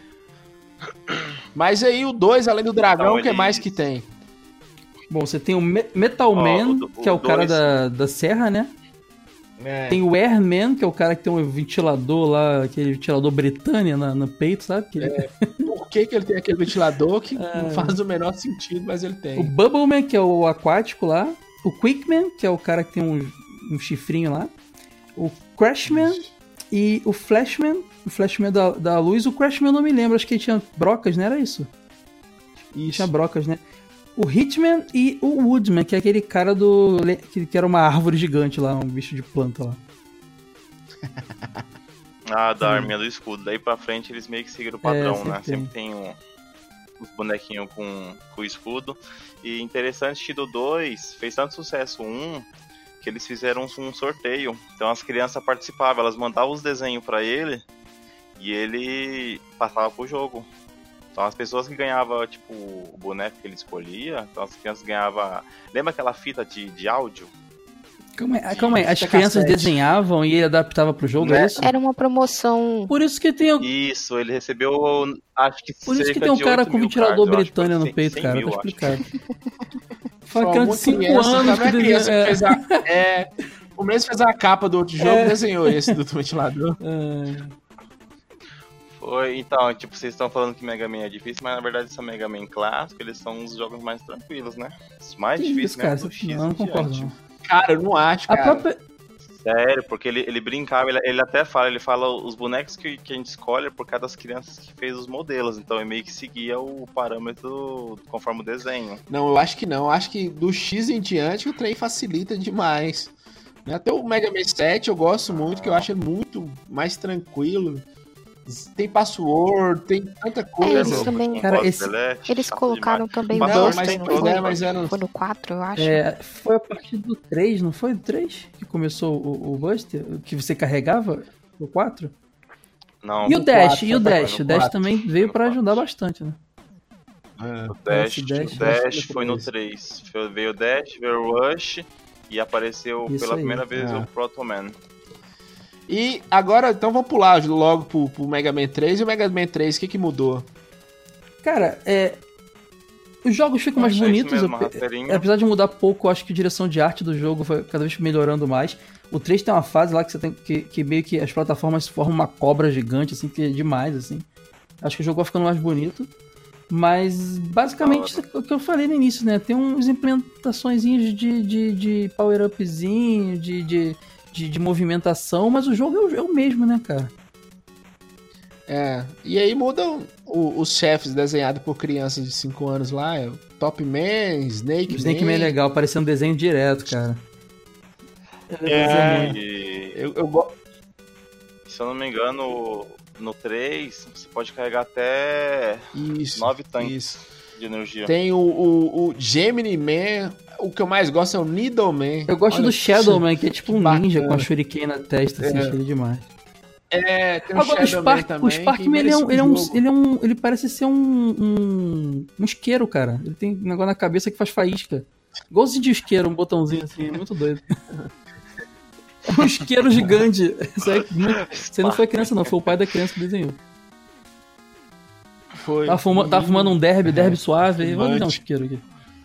Mas aí o 2, além do dragão, o que mais que tem? Bom, você tem o Metal Man, que é o cara da serra, né? Tem o Airman, que é o cara que tem um ventilador lá, aquele ventilador Britânia no peito, sabe? Por que ele tem aquele ventilador que não faz o menor sentido, mas ele tem. O Bubbleman, que é o aquático lá. O Quickman, que é o cara que tem um chifrinho lá. O Crashman e o Flashman. O Flashman da luz. O Crashman eu não me lembro, acho que ele tinha brocas, não era isso? Tinha brocas, né? O Hitman e o Woodman, que é aquele cara que era uma árvore gigante lá, um bicho de planta lá. Da arminha do escudo. Daí pra frente eles meio que seguiram o padrão, né? Sempre tem os bonequinhos com o escudo. E interessante que do 2 fez tanto sucesso que eles fizeram um sorteio. Então as crianças participavam, elas mandavam os desenhos pra ele e ele passava pro jogo. Então as pessoas que ganhavam, tipo, o boneco que ele escolhia, então as crianças ganhavam... Lembra aquela fita de áudio? Calma aí. As crianças desenhavam e ele adaptava pro jogo, é isso? Era uma promoção. Por isso que tem... Isso, ele recebeu, acho que por isso que tem um cara com ventilador Britânia no peito, cara, tá explicado. Fala criança de 5 anos que desenha... O mesmo fez a capa do outro jogo e desenhou esse do ventilador. Foi, então, tipo, vocês estão falando que Mega Man é difícil, mas na verdade esse Mega Man clássico, eles são os jogos mais tranquilos, né? Os mais difíceis, cara, do X não concordo, não. Cara, eu não acho, cara. Sério, porque ele brincava, ele até fala os bonecos que a gente escolhe é por causa das crianças que fez os modelos, então ele meio que seguia o parâmetro conforme o desenho. Não, eu acho que não, eu acho que do X em diante o trem facilita demais. Até o Mega Man 7 eu gosto muito, que eu acho ele muito mais tranquilo. Tem password, tem tanta coisa. Eles também, cara, eles colocaram também o Buster, mas foi no 4, eu acho. Foi a partir do 3, não foi? Do 3 que começou o Buster? Que você carregava? O 4? Não. E o Dash? O Dash também veio pra ajudar bastante, né? O Dash foi no 3. Veio o Dash, veio o Rush e apareceu pela primeira vez o Proto Man. E agora, então vamos pular logo pro Mega Man 3. E o Mega Man 3, o que mudou? Cara, os jogos ficam mais bonitos. Apesar de mudar pouco, eu acho que a direção de arte do jogo foi cada vez melhorando mais. O 3 tem uma fase lá que você tem que meio que as plataformas formam uma cobra gigante, assim, que é demais, assim. Acho que o jogo vai ficando mais bonito. Mas, basicamente, o que eu falei no início, né? Tem umas implementações de power-upzinho, de movimentação, mas o jogo é o mesmo, né, cara? E aí mudam os chefes desenhados por crianças de 5 anos lá, o Top Man, Snake Man. Snake Man é legal, parecendo um desenho direto, cara. Se eu não me engano, no 3, você pode carregar até 9 tanques de energia. Tem o Gemini Man, o que eu mais gosto é o Needle Man. Eu gosto do Shadow Man, que é tipo um ninja com a shuriken na testa, assim, achei demais. Tem o Shadow Man também. O Sparkman, ele parece ser um isqueiro, cara. Ele tem um negócio na cabeça que faz faísca. Igualzinho de isqueiro, um botãozinho assim, é muito doido. É um isqueiro gigante. Você não foi criança, não. Foi o pai da criança que desenhou. Foi. Tava fumando um derby suave. Vamos dar um isqueiro aqui.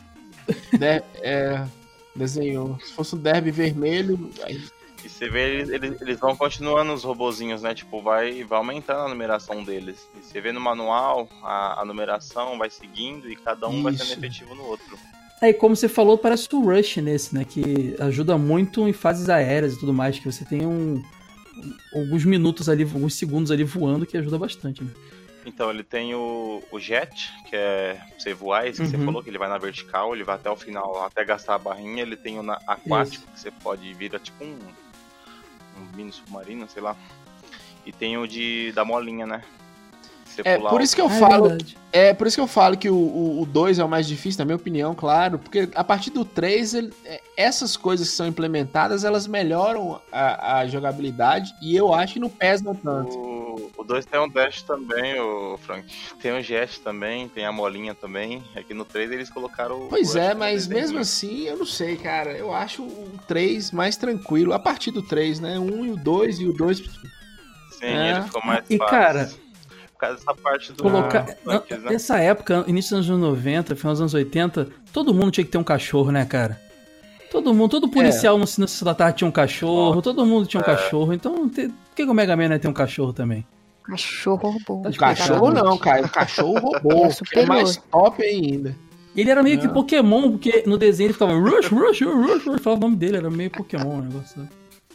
Desenhou. Se fosse um derby vermelho... Aí... E você vê, eles vão continuando os robozinhos, né? Tipo, vai aumentando a numeração deles. E você vê no manual, a numeração vai seguindo e cada um vai sendo efetivo no outro. Aí, como você falou, parece o Rush nesse, né? Que ajuda muito em fases aéreas e tudo mais, que você tem alguns minutos ali, alguns segundos ali voando, que ajuda bastante, né? Então, ele tem o Jet, que é pra você voar, esse que você falou, que ele vai na vertical, ele vai até o final, até gastar a barrinha. Ele tem o aquático, que você pode vir tipo um mini submarino, sei lá. E tem o da molinha, né? Por isso que eu falo. Por isso que eu falo que o 2 é o mais difícil, na minha opinião, claro. Porque a partir do 3, essas coisas que são implementadas, elas melhoram a jogabilidade. E eu acho que não pesam tanto. O 2 tem um dash também, o Frank. Tem o jet também, tem a molinha também. Aqui no 3 eles colocaram Pois mas mesmo assim, eu não sei, cara. Eu acho o 3 mais tranquilo. A partir do 3, né? 1 e o 2 e o 2. Sim, ele ficou mais fácil. E, cara... Por causa dessa parte do... Antes, né? Nessa época, início dos anos 90, final dos anos 80, todo mundo tinha que ter um cachorro, né, cara? Todo policial no Sessão da Tarde tinha um cachorro, todo mundo tinha um cachorro. Então, por que o Mega Man não ia ter um cachorro também? Cachorro robô. Cachorro não, cara. Cachorro robô. Que é mais top ainda. Ele era meio que Pokémon, porque no desenho ele ficava Rush, falava o nome dele, era meio Pokémon o negócio.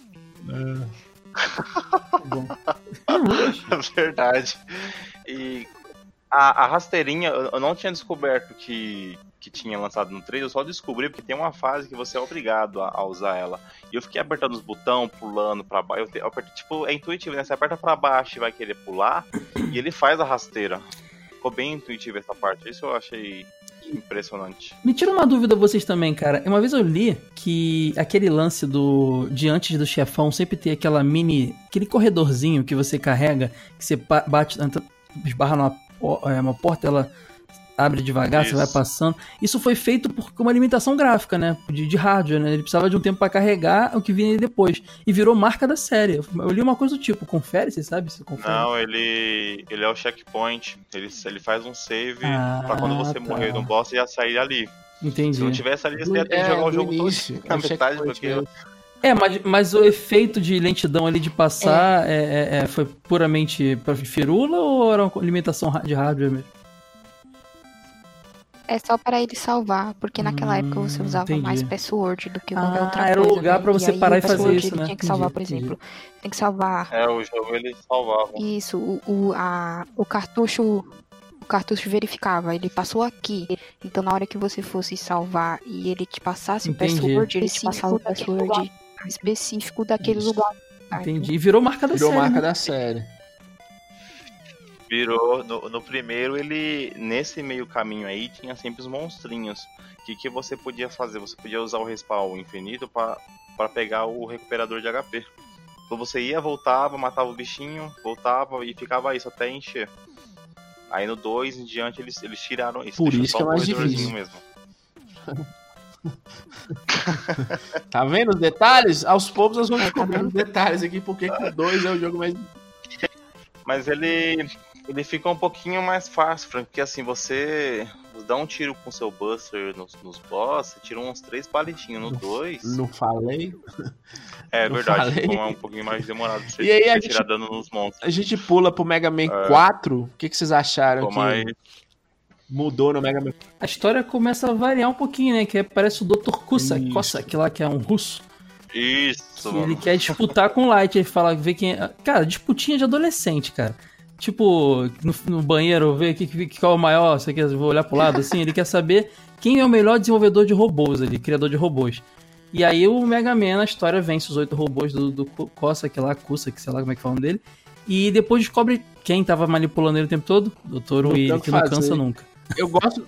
Bom. Verdade. E a rasteirinha, eu não tinha descoberto que tinha lançado no 3, eu só descobri porque tem uma fase que você é obrigado a usar ela. E eu fiquei apertando os botões, pulando pra baixo. Eu apertei, tipo, é intuitivo, né? Você aperta pra baixo e vai querer pular, e ele faz a rasteira. Ficou bem intuitivo essa parte, isso eu achei impressionante. Me tira uma dúvida vocês também, cara. Uma vez eu li que aquele lance de antes do chefão sempre ter aquele corredorzinho que você carrega, que você bate, esbarra numa porta, ela abre devagar, você vai passando. Isso foi feito por uma limitação gráfica, né? De rádio, né? Ele precisava de um tempo pra carregar o que vinha depois. E virou marca da série. Eu li uma coisa do tipo, confere, você sabe? Se confere? Não, ele é o checkpoint. Ele faz um save pra quando você morrer no boss e já sair ali. Entendi. Se não tivesse ali, você ia ter que jogar o jogo todo na metade, porque... mas o efeito de lentidão ali de passar foi puramente pra firula ou era uma limitação de hardware mesmo? É só para ele salvar, porque naquela época você usava mais password do que qualquer outra coisa. Era o lugar pra você parar e fazer isso, né? Tinha que salvar, por exemplo. Tem que salvar... o jogo ele salvava. Isso, o cartucho verificava, ele passou aqui. Então na hora que você fosse salvar e ele te passasse o password, ele te passava o password específico daquele lugar. Entendi. E virou marca da série. Virou marca da série. Virou, no primeiro ele, nesse meio caminho aí, tinha sempre os monstrinhos. O que você podia fazer? Você podia usar o respawn infinito pra pegar o recuperador de HP. Então você ia, voltava, matava o bichinho, voltava e ficava isso até encher. Aí no 2 em diante eles tiraram isso. Por isso que é mais difícil mesmo. Tá vendo os detalhes? Aos poucos nós vamos descobrindo os detalhes aqui, porque o 2 é o jogo mais... Mas ele fica um pouquinho mais fácil, Frank, porque assim, você dá um tiro com seu Buster nos boss, você tira uns 3 palitinhos no 2. Não falei? É verdade, é um pouquinho mais demorado pra você e aí tirar dano nos monstros. A gente pula pro Mega Man 4, o que vocês acharam aqui? mudou no Mega Man. A história começa a variar um pouquinho, né? Que parece o Dr. Cossack lá, que é um russo. Isso, ele quer disputar com o Light, ele fala, vê quem... Cara, disputinha de adolescente, cara. Tipo, no banheiro, ver qual é o maior, você quer, vou olhar pro lado, assim, ele quer saber quem é o melhor desenvolvedor de robôs ali, criador de robôs. E aí o Mega Man, na história, vence os 8 robôs do Cossack lá, Cossack, sei lá como é que falam dele, e depois descobre quem tava manipulando ele o tempo todo, Dr. Willy, que não cansa nunca. Eu gosto...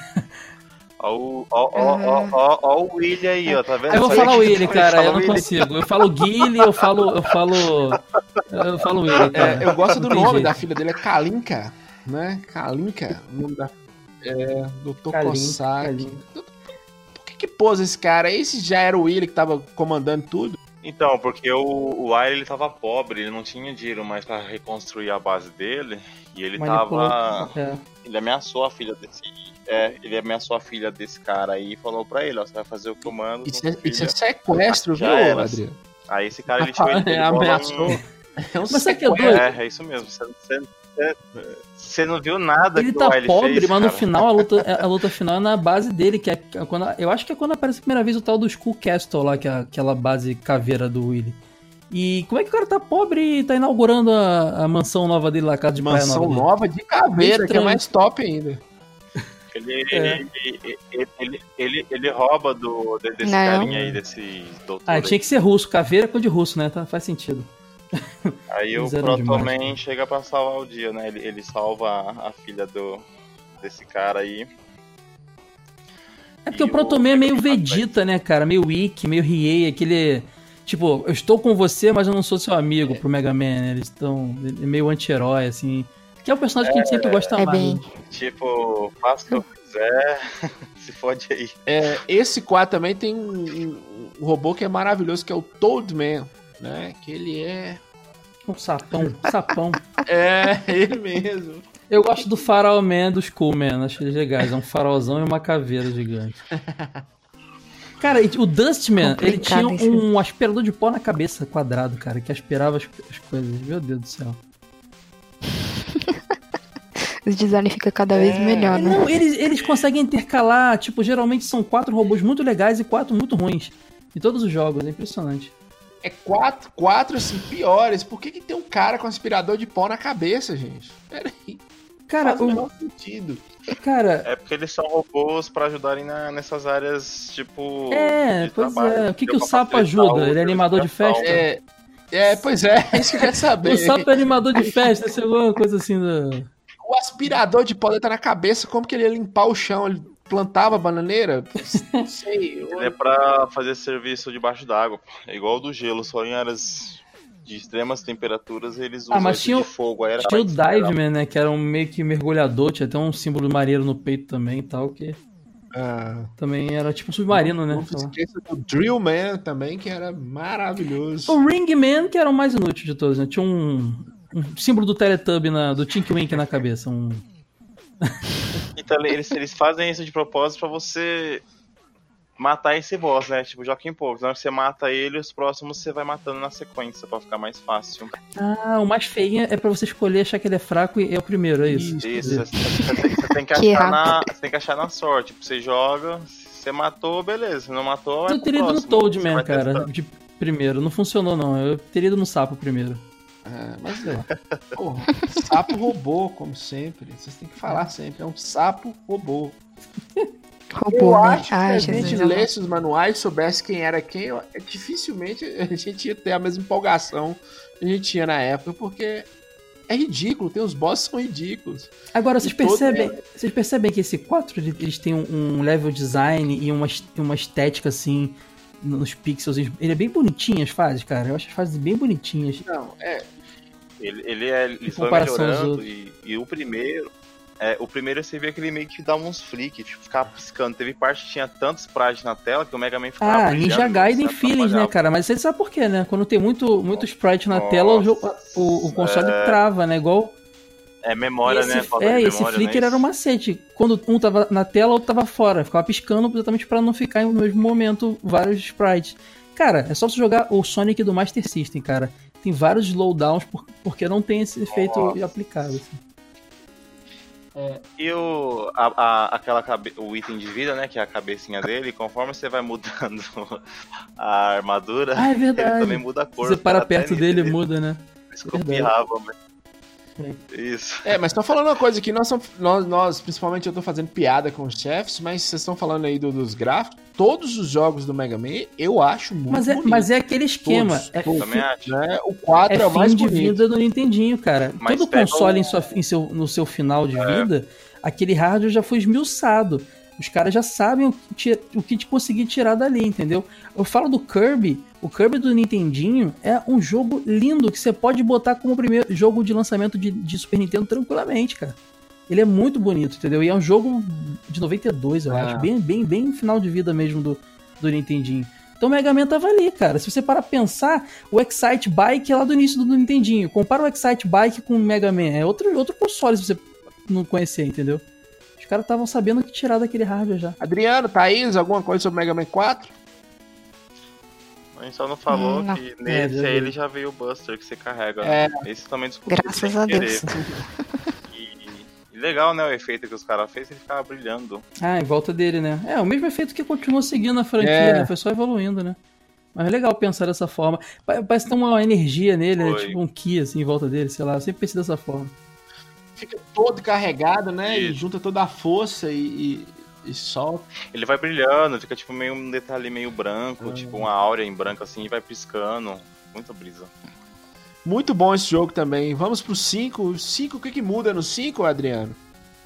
Ó o Willy aí, ó, tá vendo? Eu vou falar o Willy, cara, eu não consigo. Eu falo Guile, eu falo Willy, cara. Eu gosto do nome da filha dele, é Kalinka, né? Kalinka, o nome da... Dr. Cossack. Por que pôs esse cara? Esse já era o Willy que tava comandando tudo? Então, porque o Wiley, ele tava pobre, ele não tinha dinheiro mais pra reconstruir a base dele, e ele ele ameaçou a filha desse... ele ameaçou a filha desse cara aí e falou pra ele, ó, você vai fazer o comando. Isso é sequestro, viu, Adriano? Aí esse cara, ele tirou ele ameaçou. Mas sabe que é doido? É isso mesmo. Você não viu nada ele que tá o Wiley pobre, fez, mas no cara. final, a luta final é na base dele, que é quando, eu acho que é quando aparece a primeira vez o tal do Skull Castle lá, que é aquela base caveira do Willy. E como é que o cara tá pobre e tá inaugurando a mansão nova dele lá, a casa de praia nova? Mansão nova de caveira, que é mais top ainda. Ele rouba desse carinha aí, desse doutor. Tinha que ser russo, caveira é coisa de russo, né? Faz sentido. Aí o Protoman chega pra salvar o dia, né? Ele salva a filha desse cara aí. É porque o Protoman é meio Vegeta, né, cara? Meio Ikki, meio Riei, aquele... Tipo, eu estou com você, mas eu não sou seu amigo pro Mega Man, né? Eles estão... É meio anti-herói, assim... Que é um personagem que a gente sempre gosta mais. Bem... Tipo, faça o que eu quiser, se fode aí. Esse 4 também tem um robô que é maravilhoso, que é o Toadman, né? Que ele é... Um sapão. Ele mesmo. Eu gosto do Farol Man do Skullman, acho eles legais. É um farolzão e uma caveira gigante. Cara, o Dustman, ele tinha um aspirador de pó na cabeça quadrado, cara, que aspirava as coisas. Meu Deus do céu. O design fica cada vez melhor, né? Não, eles conseguem intercalar, tipo, geralmente são 4 robôs muito legais e 4 muito ruins. Em todos os jogos, é impressionante. Quatro assim, piores. Por que tem um cara com aspirador de pó na cabeça, gente? Pera aí. Cara, faz o menor sentido. Cara... É porque eles são robôs pra ajudarem nessas áreas, tipo... pois trabalho. O que o sapo ajuda? Ele é animador de festa? Pois é, isso que eu quero saber. O sapo é animador de festa, isso é alguma coisa assim do... O aspirador de pó tá na cabeça, como que ele ia limpar o chão? Ele plantava bananeira? Não sei. Ele é pra fazer serviço debaixo d'água, é igual o do gelo, só em áreas de extremas temperaturas eles usam de fogo. Aí tinha o Diveman, né, que era um meio que mergulhador, tinha até um símbolo marinheiro no peito também e tal, que também era tipo um submarino, né? Não se esqueça do Drillman também, que era maravilhoso. O Ringman, que era o mais inútil de todos, né? Tinha um símbolo do Teletubby, do Tinky Winky na cabeça. Então eles fazem isso de propósito pra você matar esse boss, né? Tipo, Joaquim Poucos. Na hora que você mata ele, os próximos você vai matando na sequência pra ficar mais fácil. O mais feinho é pra você escolher, achar que ele é fraco e é o primeiro, é isso? Isso, você tem que achar na sorte. Tipo, você joga, você matou, beleza. Se não matou, eu teria ido no Toadman, cara, de primeiro. Não funcionou, não. Eu teria ido no sapo primeiro. Mas porra, sapo robô, como sempre. Vocês têm que falar sempre. É um sapo robô. Eu acho que se a gente lesse os manuais, soubesse quem era quem, dificilmente a gente ia ter a mesma empolgação que a gente tinha na época, porque é ridículo, os bosses são ridículos. Agora, vocês percebem que esse 4, eles têm um level design e uma estética assim, nos pixels. Ele é bem bonitinho as fases, cara. Eu acho as fases bem bonitinhas. Não, Eles vão melhorando e o primeiro... o primeiro você vê que ele meio que dá uns flicks, tipo, ficava piscando. Teve parte que tinha tantos sprites na tela que o Mega Man ficava Ninja Gaiden feelings, né, cara? Mas você sabe por quê, né? Quando tem muito sprite na tela, o console trava, né? Igual... memória, né? Esse flicker era um macete. Quando um tava na tela, o outro tava fora. Ficava piscando exatamente pra não ficar no mesmo momento vários sprites. Cara, é só você jogar o Sonic do Master System, cara. Tem vários slowdowns porque não tem esse efeito aplicado, assim. E o item de vida, né, que é a cabecinha dele, conforme você vai mudando a armadura, é verdade. ele também muda a cor. Você para perto dele, muda, né? Escopiava, Isso. Mas tô falando uma coisa aqui, nós, principalmente eu tô fazendo piada com os chefes, mas vocês estão falando aí dos gráficos, todos os jogos do Mega Man eu acho muito bonito. Mas é aquele esquema. Todos, também acho. Né? O 4 é o mais bonito. É fim de vida do Nintendinho, cara. Mas todo console no seu final de vida, aquele hardware já foi esmiuçado. Os caras já sabem o que te conseguir tirar dali, entendeu? Eu falo do Kirby. O Kirby do Nintendinho é um jogo lindo que você pode botar como primeiro jogo de lançamento de Super Nintendo tranquilamente, cara. Ele é muito bonito, entendeu? E é um jogo de 92, eu acho. Bem final de vida mesmo do Nintendinho. Então o Mega Man tava ali, cara. Se você parar pra pensar, o Excite Bike é lá do início do Nintendinho. Compara o Excite Bike com o Mega Man. É outro console se você não conhecer, entendeu? Os caras estavam sabendo o que tirar daquele hardware já. Adriano, Thaís, alguma coisa sobre o Mega Man 4? A gente só não falou que nesse aí ele já veio o Buster que você carrega. Né? Esse também descobriu. Graças a Deus. E legal, né? O efeito que os caras fez, ele ficava brilhando. Em volta dele, né? É o mesmo efeito que continuou seguindo a franquia, né? Foi só evoluindo, né? Mas é legal pensar dessa forma. Parece que tem uma energia nele, né? Tipo um ki, assim, em volta dele, sei lá. Eu sempre pensei dessa forma. Fica todo carregado, né? E junta toda a força e solta. Ele vai brilhando, fica tipo meio um detalhe meio branco, tipo uma áurea em branco assim, e vai piscando. Muita brisa. Muito bom esse jogo também. Vamos pro 5. O 5, o que muda no 5, Adriano?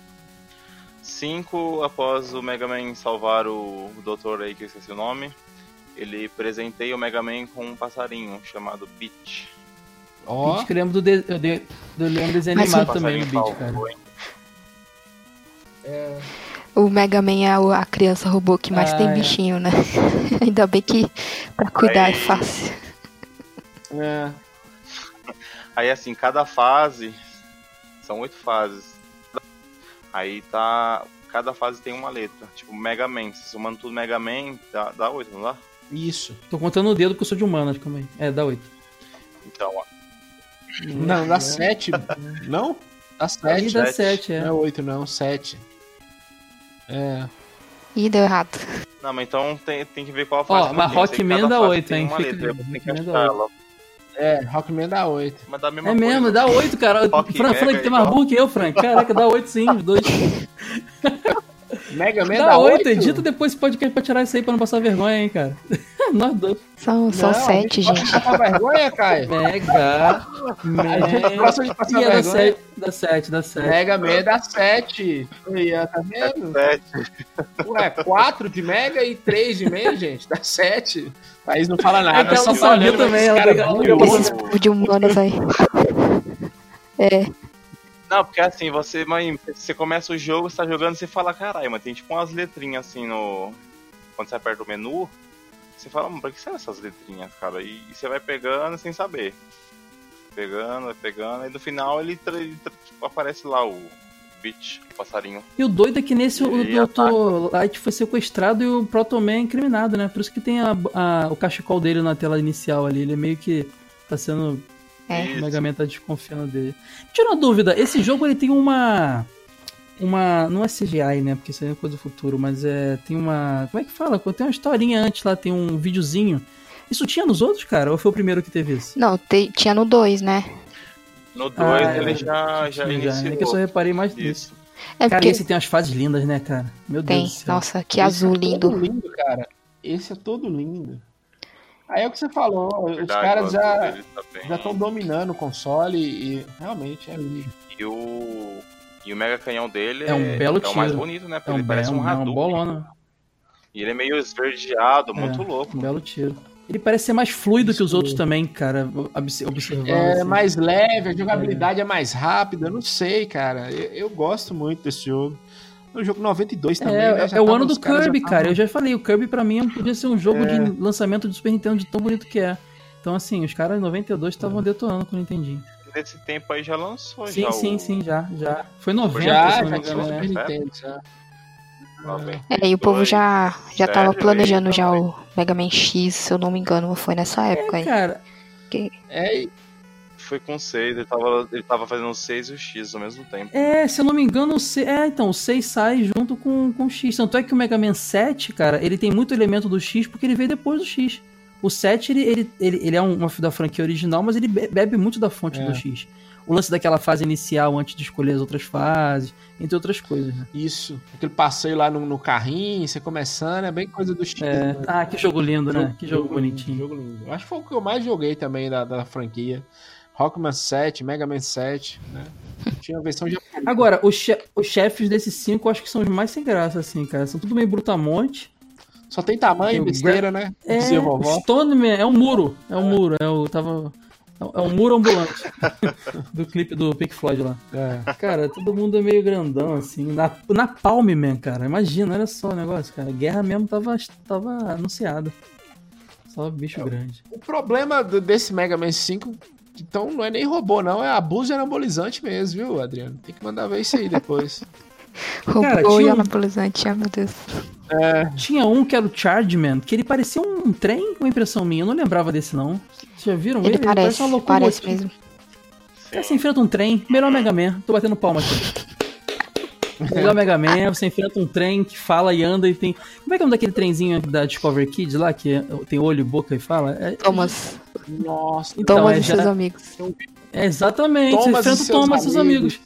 5, após o Mega Man salvar o doutor aí, que eu esqueci o nome, ele presenteia o Mega Man com um passarinho chamado Peach. Peach, que eu lembro do desenho animado também, o Peach, cara. O Mega Man é a criança robô que mais tem bichinho, né? Ainda bem que pra cuidar é fácil. Aí assim, cada fase, são 8 fases. Aí tá, cada fase tem uma letra. Tipo, Mega Man, se somando tudo Mega Man, dá 8, não dá? Isso. Tô contando o dedo porque eu sou de humanas também. Dá 8. Então, ó. Não, dá 7. Não? Dá 7. Dá 7, Não é 8 não, 7. Ih, deu errado. Não, mas então tem que ver qual fase. Mas Rockman dá 8, hein? Tem que achar ela. Rockman dá 8. Mas dá a mesma coisa. Mesmo, dá 8, cara. Frank tem mais burro que eu, Frank. Caraca, dá 8 sim, os dois. Mega Man dá 8. Edita depois esse podcast pra tirar isso aí pra não passar vergonha, hein, cara. Nós dois. São 7, gente. Passar vergonha, Caio? Mega Man. Gosta de passar vergonha? Dá 7. Mega Man dá 7. Tá vendo? 7. Ué, 4 de Mega e 3 de Man, gente. Dá 7. Thaís não fala nada. Ela sabia também. Esses de humanos aí. Não, porque assim, você começa o jogo, você tá jogando, você fala, caralho, mas tem tipo umas letrinhas assim no... Quando você aperta o menu, você fala, pra que serão essas letrinhas, cara? E você vai pegando sem saber. Vai pegando, e no final ele aparece lá o Peach, o passarinho. E o doido é que nesse o Dr. Light foi sequestrado e o Proto Man é incriminado, né? Por isso que tem o cachecol dele na tela inicial ali, ele meio que tá sendo... O Mega Man tá desconfiando dele. Tira uma dúvida, esse jogo ele tem uma... Não é CGI, né? Porque isso aí é coisa do futuro, mas tem uma... Como é que fala? Tem uma historinha antes lá, tem um videozinho. Isso tinha nos outros, cara? Ou foi o primeiro que teve isso? Não, tinha no 2, né? No 2 ele já iniciou. É que eu só reparei mais nisso. Cara, porque... esse tem umas fases lindas, né, cara? Meu Deus do céu. Nossa, que azul lindo. Todo lindo, cara. Esse é todo lindo. Aí é o que você falou, os caras já estão dominando o console e realmente é lindo. E o Mega Canhão dele é um belo tiro. É o mais bonito, né? Porque ele parece um Hadouken. Bolona. E ele é meio esverdeado, muito louco. Um belo tiro. Ele parece ser mais fluido que os outros também, cara, observando. É mais leve, a jogabilidade é mais rápida, eu não sei, cara. Eu gosto muito desse jogo. O jogo 92 também, né? É o ano do Kirby, cara. Eu já falei, o Kirby pra mim podia ser um jogo de lançamento do Super Nintendo de tão bonito que é. Então, assim, os caras em 92 estavam detonando com o Nintendinho. Nesse tempo aí já lançou, sim, já. Foi 90, já tinha o Super Nintendo, já. E o povo já tava planejando já o Mega Man X, se eu não me engano, foi nessa época aí. Cara. foi com 6, ele tava fazendo o 6 e o X ao mesmo tempo. Se eu não me engano, o 6, então, o 6 sai junto com o X. Tanto é que o Mega Man 7, cara, ele tem muito elemento do X porque ele veio depois do X. O 7, ele é uma da franquia original, mas ele bebe muito da fonte do X. O lance daquela fase inicial antes de escolher as outras fases, entre outras coisas. Né? Isso. Aquele passeio lá no carrinho, você começando, é bem coisa do X. Né? Ah, que jogo lindo, né? Que jogo bonitinho. Jogo lindo. Eu acho que foi o que eu mais joguei também da franquia. Rockman 7, Mega Man 7, né? Tinha a versão japonesa. Agora, os chefes desses 5 eu acho que são os mais sem graça, assim, cara. São tudo meio brutamonte. Só tem tamanho, besteira, né? O Stoneman é um muro. É um muro. É um muro ambulante. Do clipe do Pink Floyd lá. Cara, todo mundo é meio grandão, assim. Na Palm Man, cara. Imagina, olha só o negócio, cara. A guerra mesmo tava anunciada. Só bicho grande. O problema desse Mega Man 5, então, não é nem robô, não. É abuso anabolizante mesmo, viu, Adriano? Tem que mandar ver isso aí depois. Robô e anabolizante, meu Deus. Tinha um que era o Chargeman, que ele parecia um trem, uma impressão minha. Eu não lembrava desse, não. Vocês já viram ele? Ele parece uma loucura. Parece mesmo. Você enfrenta um trem, melhor Mega Man. Tô batendo palma aqui. Melhor Mega Man, você enfrenta um trem que fala e anda e tem... Como é que é o nome daquele trenzinho da Discovery Kids lá, que tem olho e boca e fala? Thomas. Nossa. Então, Thomas e seus amigos. Exatamente, você enfrenta o Thomas e seus amigos.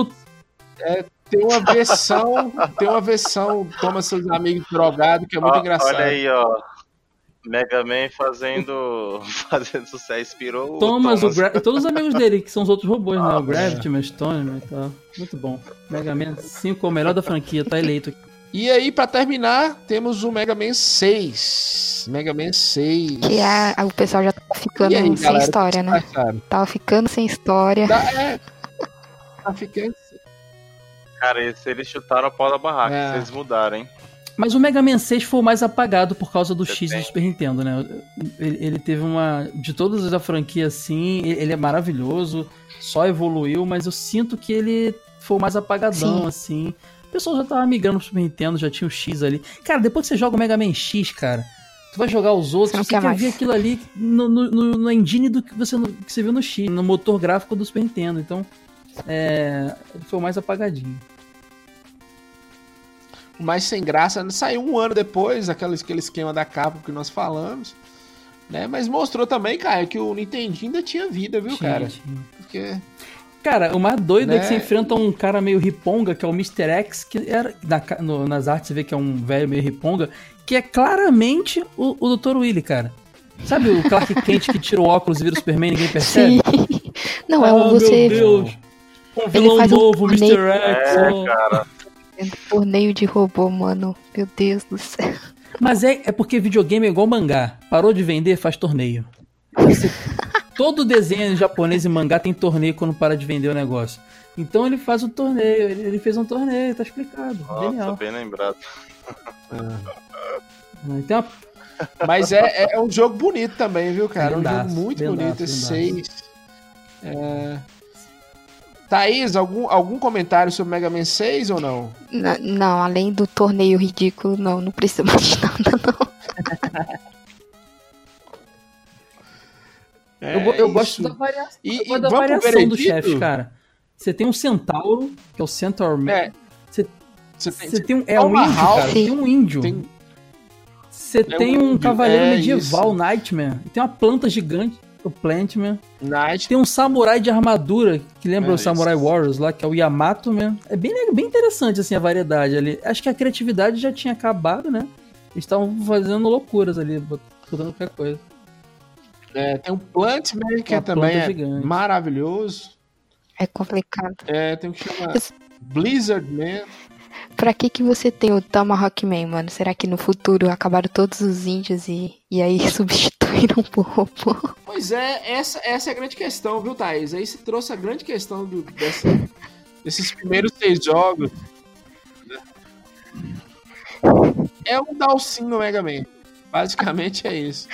Tem uma versão Thomas e seus amigos drogados, que é muito engraçado. Olha aí, ó. Mega Man fazendo sucesso, inspirou Thomas. E todos os amigos dele, que são os outros robôs, né? O Gravity, o Stone e tal. Muito bom. Mega Man 5 é o melhor da franquia, tá eleito aqui. E aí, pra terminar, temos o Mega Man 6. Mega Man 6. Que o pessoal já tava ficando aí, sem história, né? Tava ficando sem história. Tá ficando... Cara, eles chutaram a pau da barraca, se eles mudaram, hein? Mas o Mega Man 6 foi o mais apagado por causa do X do Super Nintendo, né? Ele teve uma... De todas as franquias, assim, ele é maravilhoso, só evoluiu, mas eu sinto que ele foi o mais apagadão, assim. O pessoal já tava migrando pro Super Nintendo, já tinha o X ali. Cara, depois que você joga o Mega Man X, cara, tu vai jogar os outros, você quer ver aquilo ali no engine do que você viu no X, no motor gráfico do Super Nintendo. Então, ele foi o mais apagadinho. O mais sem graça saiu um ano depois, aquele esquema da capa que nós falamos, né? Mas mostrou também, cara, que o Nintendinho ainda tinha vida, viu, cara? Porque... Cara, o mais doido é que você enfrenta um cara meio riponga, que é o Mr. X, que era nas artes você vê que é um velho meio riponga, que é claramente o Dr. Willy, cara. Sabe o Clark Kent que tira o óculos e vira o Superman e ninguém percebe? Sim. Não, você... Meu Deus! Um vilão novo, Mr. X! Cara... Torneio de robô, mano. Meu Deus do céu. Mas é porque videogame é igual mangá. Parou de vender, faz torneio. Todo desenho japonês e mangá tem torneio quando para de vender o negócio. Então ele faz um torneio. Ele fez um torneio, tá explicado. Nossa, genial. Bem lembrado. Então, mas é um jogo bonito também, viu, cara? É um jogo muito bonito. Esse 6. Thaís, algum comentário sobre Mega Man 6 ou não? Não, além do torneio ridículo, não precisa mais de nada, não. Eu gosto da variação, da variação do chefe, cara. Você tem um centauro, que é o Centaur Man. Você tem um índio, cara. Tem um índio. Você tem um cavaleiro medieval, o Nightman. Tem uma planta gigante. O Plantman. Tem um samurai de armadura, que lembra o Samurai Warriors lá, que é o Yamato, né? É bem interessante, assim, a variedade ali. Acho que a criatividade já tinha acabado, né? Eles estavam fazendo loucuras ali, botando qualquer coisa. Tem um Plantman, que também é gigante. Maravilhoso. É complicado. Tem um que chama Blizzard Man. Pra que você tem o Tomahawk Man, mano? Será que no futuro acabaram todos os índios e aí substituíram por robô? Pois essa é a grande questão, viu, Thaís? Aí você trouxe a grande questão desses primeiros 6 jogos. É um Dalsin no Mega Man. Basicamente é isso.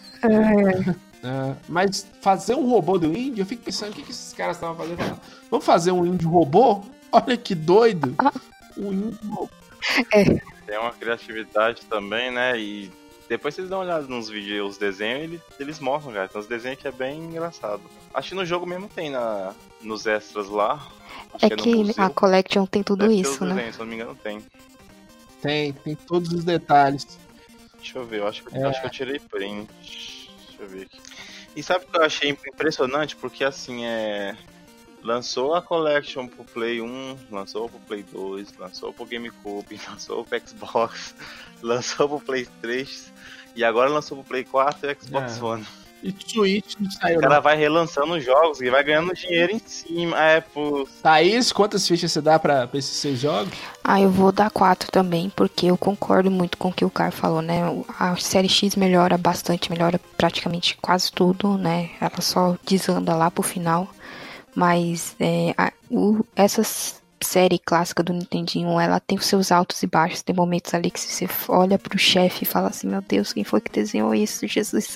Mas fazer um robô do índio, eu fico pensando o que esses caras estavam fazendo. Vamos fazer um índio robô? Olha que doido. Um índio robô. Tem uma criatividade também, né? E Depois vocês dão uma olhada nos vídeos, os desenhos, eles mostram, cara. Tem uns desenhos que é bem engraçado. Acho que no jogo mesmo tem nos extras lá. É que a Collection tem tudo isso, né? Desenhos, se eu não me engano, tem. Tem todos os detalhes. Deixa eu ver, eu acho que eu tirei print. Deixa eu ver aqui. E sabe o que eu achei impressionante? Porque assim, lançou a Collection pro Play 1, lançou pro Play 2, lançou pro GameCube, lançou pro Xbox, lançou pro Play 3 e agora lançou pro Play 4 e Xbox One. E Switch não saiu. O cara vai relançando os jogos e vai ganhando dinheiro em cima. Thaís, quantas fichas você dá pra esses 6 jogos? Eu vou dar 4 também, porque eu concordo muito com o que o Caio falou, né? A série X melhora bastante, melhora praticamente quase tudo, né? Ela só desanda lá pro final. Mas essa série clássica do Nintendinho, ela tem os seus altos e baixos. Tem momentos ali que você olha pro chefe e fala assim, meu Deus, quem foi que desenhou isso, Jesus?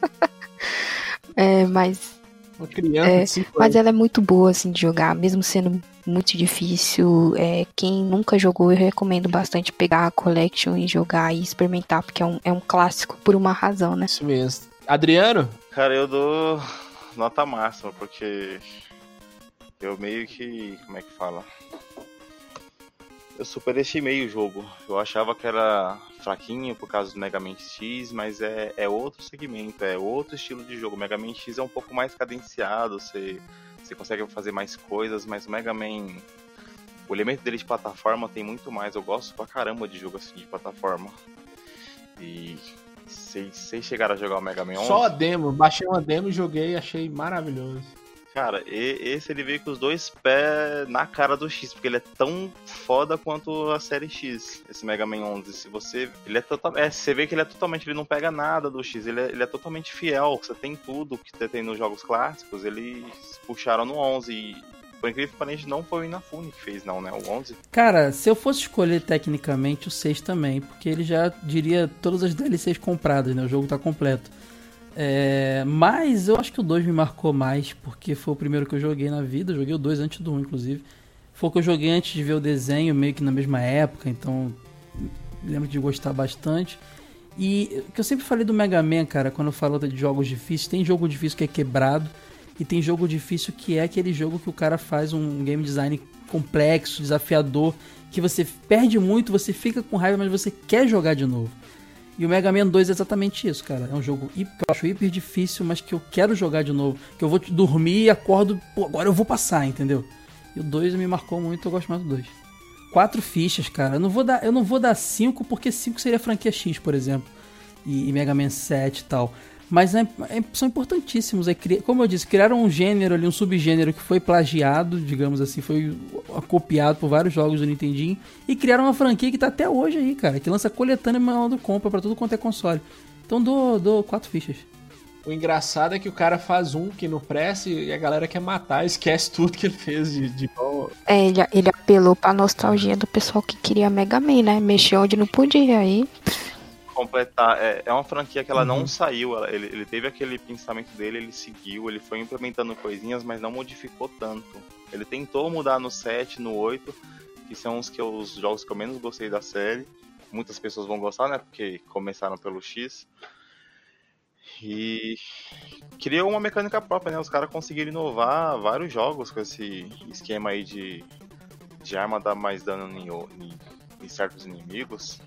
Mas uma criança, mas ela é muito boa assim de jogar, mesmo sendo muito difícil. Quem nunca jogou, eu recomendo bastante pegar a Collection e jogar e experimentar, porque é um clássico por uma razão, né? Isso mesmo. Adriano? Cara, eu dou nota máxima, porque eu meio que... como é que fala? Eu superestimei o jogo. Eu achava que era fraquinho por causa do Mega Man X, mas é outro segmento, é outro estilo de jogo. O Mega Man X é um pouco mais cadenciado, você consegue fazer mais coisas, mas o Mega Man, o elemento dele de plataforma tem muito mais. Eu gosto pra caramba de jogo assim de plataforma. E vocês chegaram a jogar o Mega Man 11? Só a demo, baixei uma demo e joguei, achei maravilhoso. Cara, esse ele veio com os 2 pés na cara do X, porque ele é tão foda quanto a série X, esse Mega Man 11. Se você... você vê que ele é totalmente... ele não pega nada do X, ele é totalmente fiel. Você tem tudo que você tem nos jogos clássicos, eles puxaram no 11 e... por incrível que pareça, não foi o Inafune que fez, não, né? O 11. Cara, se eu fosse escolher tecnicamente o 6 também, porque ele já diria todas as DLCs compradas, né? O jogo tá completo. Mas eu acho que o 2 me marcou mais, porque foi o primeiro que eu joguei na vida. Eu joguei o 2 antes do 1, inclusive. Foi o que eu joguei antes de ver o desenho, meio que na mesma época, então lembro de gostar bastante. E o que eu sempre falei do Mega Man, cara, quando eu falo de jogos difíceis, tem jogo difícil que é quebrado, e tem jogo difícil que é aquele jogo que o cara faz um game design complexo, desafiador, que você perde muito, você fica com raiva, mas você quer jogar de novo. E o Mega Man 2 é exatamente isso, cara. É um jogo que eu acho hiper difícil, mas que eu quero jogar de novo. Que eu vou dormir e acordo, agora eu vou passar, entendeu? E o 2 me marcou muito, eu gosto mais do 2. 4 fichas, cara. Eu não vou dar 5, porque 5 seria franquia X, por exemplo. E Mega Man 7 e tal. Mas são importantíssimos. Como eu disse, criaram um gênero ali, um subgênero que foi plagiado, digamos assim, foi copiado por vários jogos do Nintendinho, e criaram uma franquia que tá até hoje aí, cara, que lança coletânea manual compra pra tudo quanto é console. Então dou 4 fichas. O engraçado é que o cara faz um que não presta e a galera quer matar, esquece tudo que ele fez de bom. Ele apelou pra nostalgia do pessoal que queria Mega Man, né? Mexeu onde não podia aí. Completar, é uma franquia que ela não saiu, ele teve aquele pensamento dele, ele seguiu, ele foi implementando coisinhas, mas não modificou tanto. Ele tentou mudar no 7, no 8, que são os jogos que eu menos gostei da série. Muitas pessoas vão gostar, né, porque começaram pelo X. E criou uma mecânica própria, né, os caras conseguiram inovar vários jogos com esse esquema aí de arma dar mais dano em certos inimigos.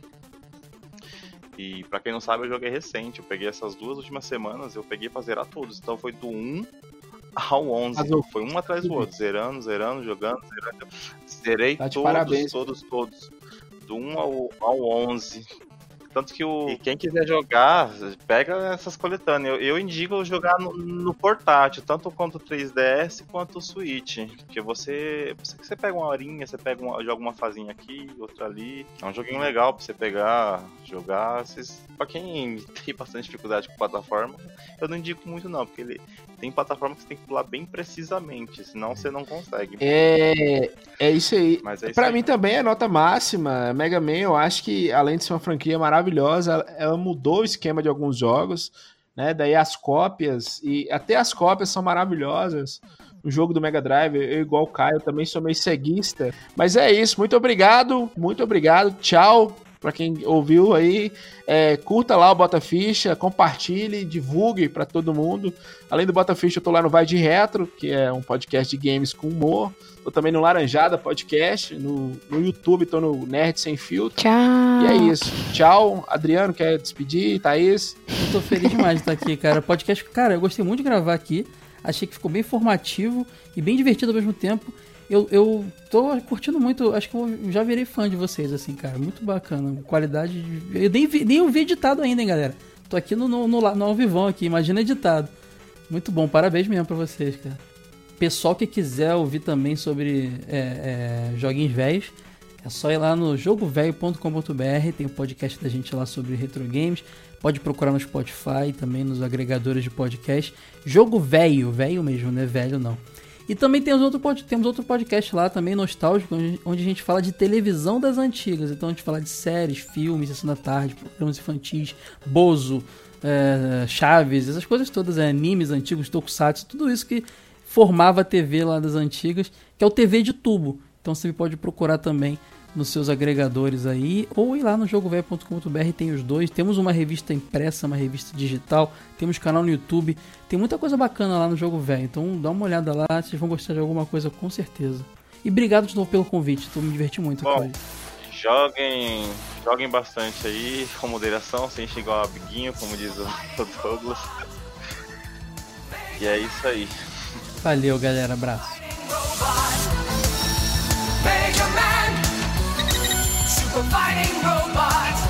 E pra quem não sabe, eu joguei recente. Eu peguei essas 2 últimas semanas, eu peguei pra zerar todos. Então foi do 1 ao 11. Foi um atrás do outro. Zerando, jogando. Zerei todos. Do 1 ao 11. Tanto que quem quiser jogar, pega essas coletâneas. Eu indico jogar no portátil, tanto quanto o 3DS quanto o Switch. Porque você pega uma horinha, joga uma fazinha aqui, outra ali. É um joguinho legal pra você pegar, jogar. Pra quem tem bastante dificuldade com plataforma, eu não indico muito não, porque ele tem plataforma que você tem que pular bem precisamente, senão você não consegue. É isso aí. Mas é isso pra aí. mim também é nota máxima. Mega Man, eu acho que além de ser uma franquia maravilhosa, ela mudou o esquema de alguns jogos, né? Daí as cópias, e até as cópias são maravilhosas. O jogo do Mega Drive, eu igual o Caio, também sou meio ceguista. Mas é isso, muito obrigado, tchau. Pra quem ouviu aí, curta lá o Bota Ficha, compartilhe, divulgue pra todo mundo. Além do Bota Ficha, eu tô lá no Vai de Retro, que é um podcast de games com humor. Tô também no Laranjada Podcast, no YouTube, tô no Nerd Sem Filtro. Tchau. E é isso. Tchau. Adriano, quer despedir? Thaís? Eu tô feliz demais de estar aqui, cara. Podcast, cara, eu gostei muito de gravar aqui. Achei que ficou bem informativo e bem divertido ao mesmo tempo. Eu tô curtindo muito, acho que eu já virei fã de vocês, assim, cara. Muito bacana. Qualidade de... Eu nem ouvi editado ainda, hein, galera. Tô aqui no ao vivão aqui, imagina editado. Muito bom, parabéns mesmo pra vocês, cara. Pessoal que quiser ouvir também sobre joguinhos velhos, é só ir lá no jogovelho.com.br, tem o podcast da gente lá sobre retro games. Pode procurar no Spotify, também nos agregadores de podcast. Jogo Velho, velho mesmo, não é velho não. E também temos outro podcast lá, também nostálgico, onde a gente fala de televisão das antigas. Então a gente fala de séries, filmes, Sessão da Tarde, programas infantis, Bozo, Chaves, essas coisas todas, animes antigos, tokusatsu, tudo isso que formava a TV lá das antigas, que é o TV de tubo. Então você pode procurar também nos seus agregadores aí, ou ir lá no jogovelho.com.br, tem os dois. Temos uma revista impressa, uma revista digital, temos canal no YouTube, tem muita coisa bacana lá no Jogo Velho, então dá uma olhada lá, vocês vão gostar de alguma coisa com certeza. E obrigado de novo pelo convite, me diverti muito. Bom, joguem bastante aí, com moderação, sem chegar ao amiguinho, como diz o Douglas. E é isso aí. Valeu, galera, abraço. Mega Man, super fighting robot.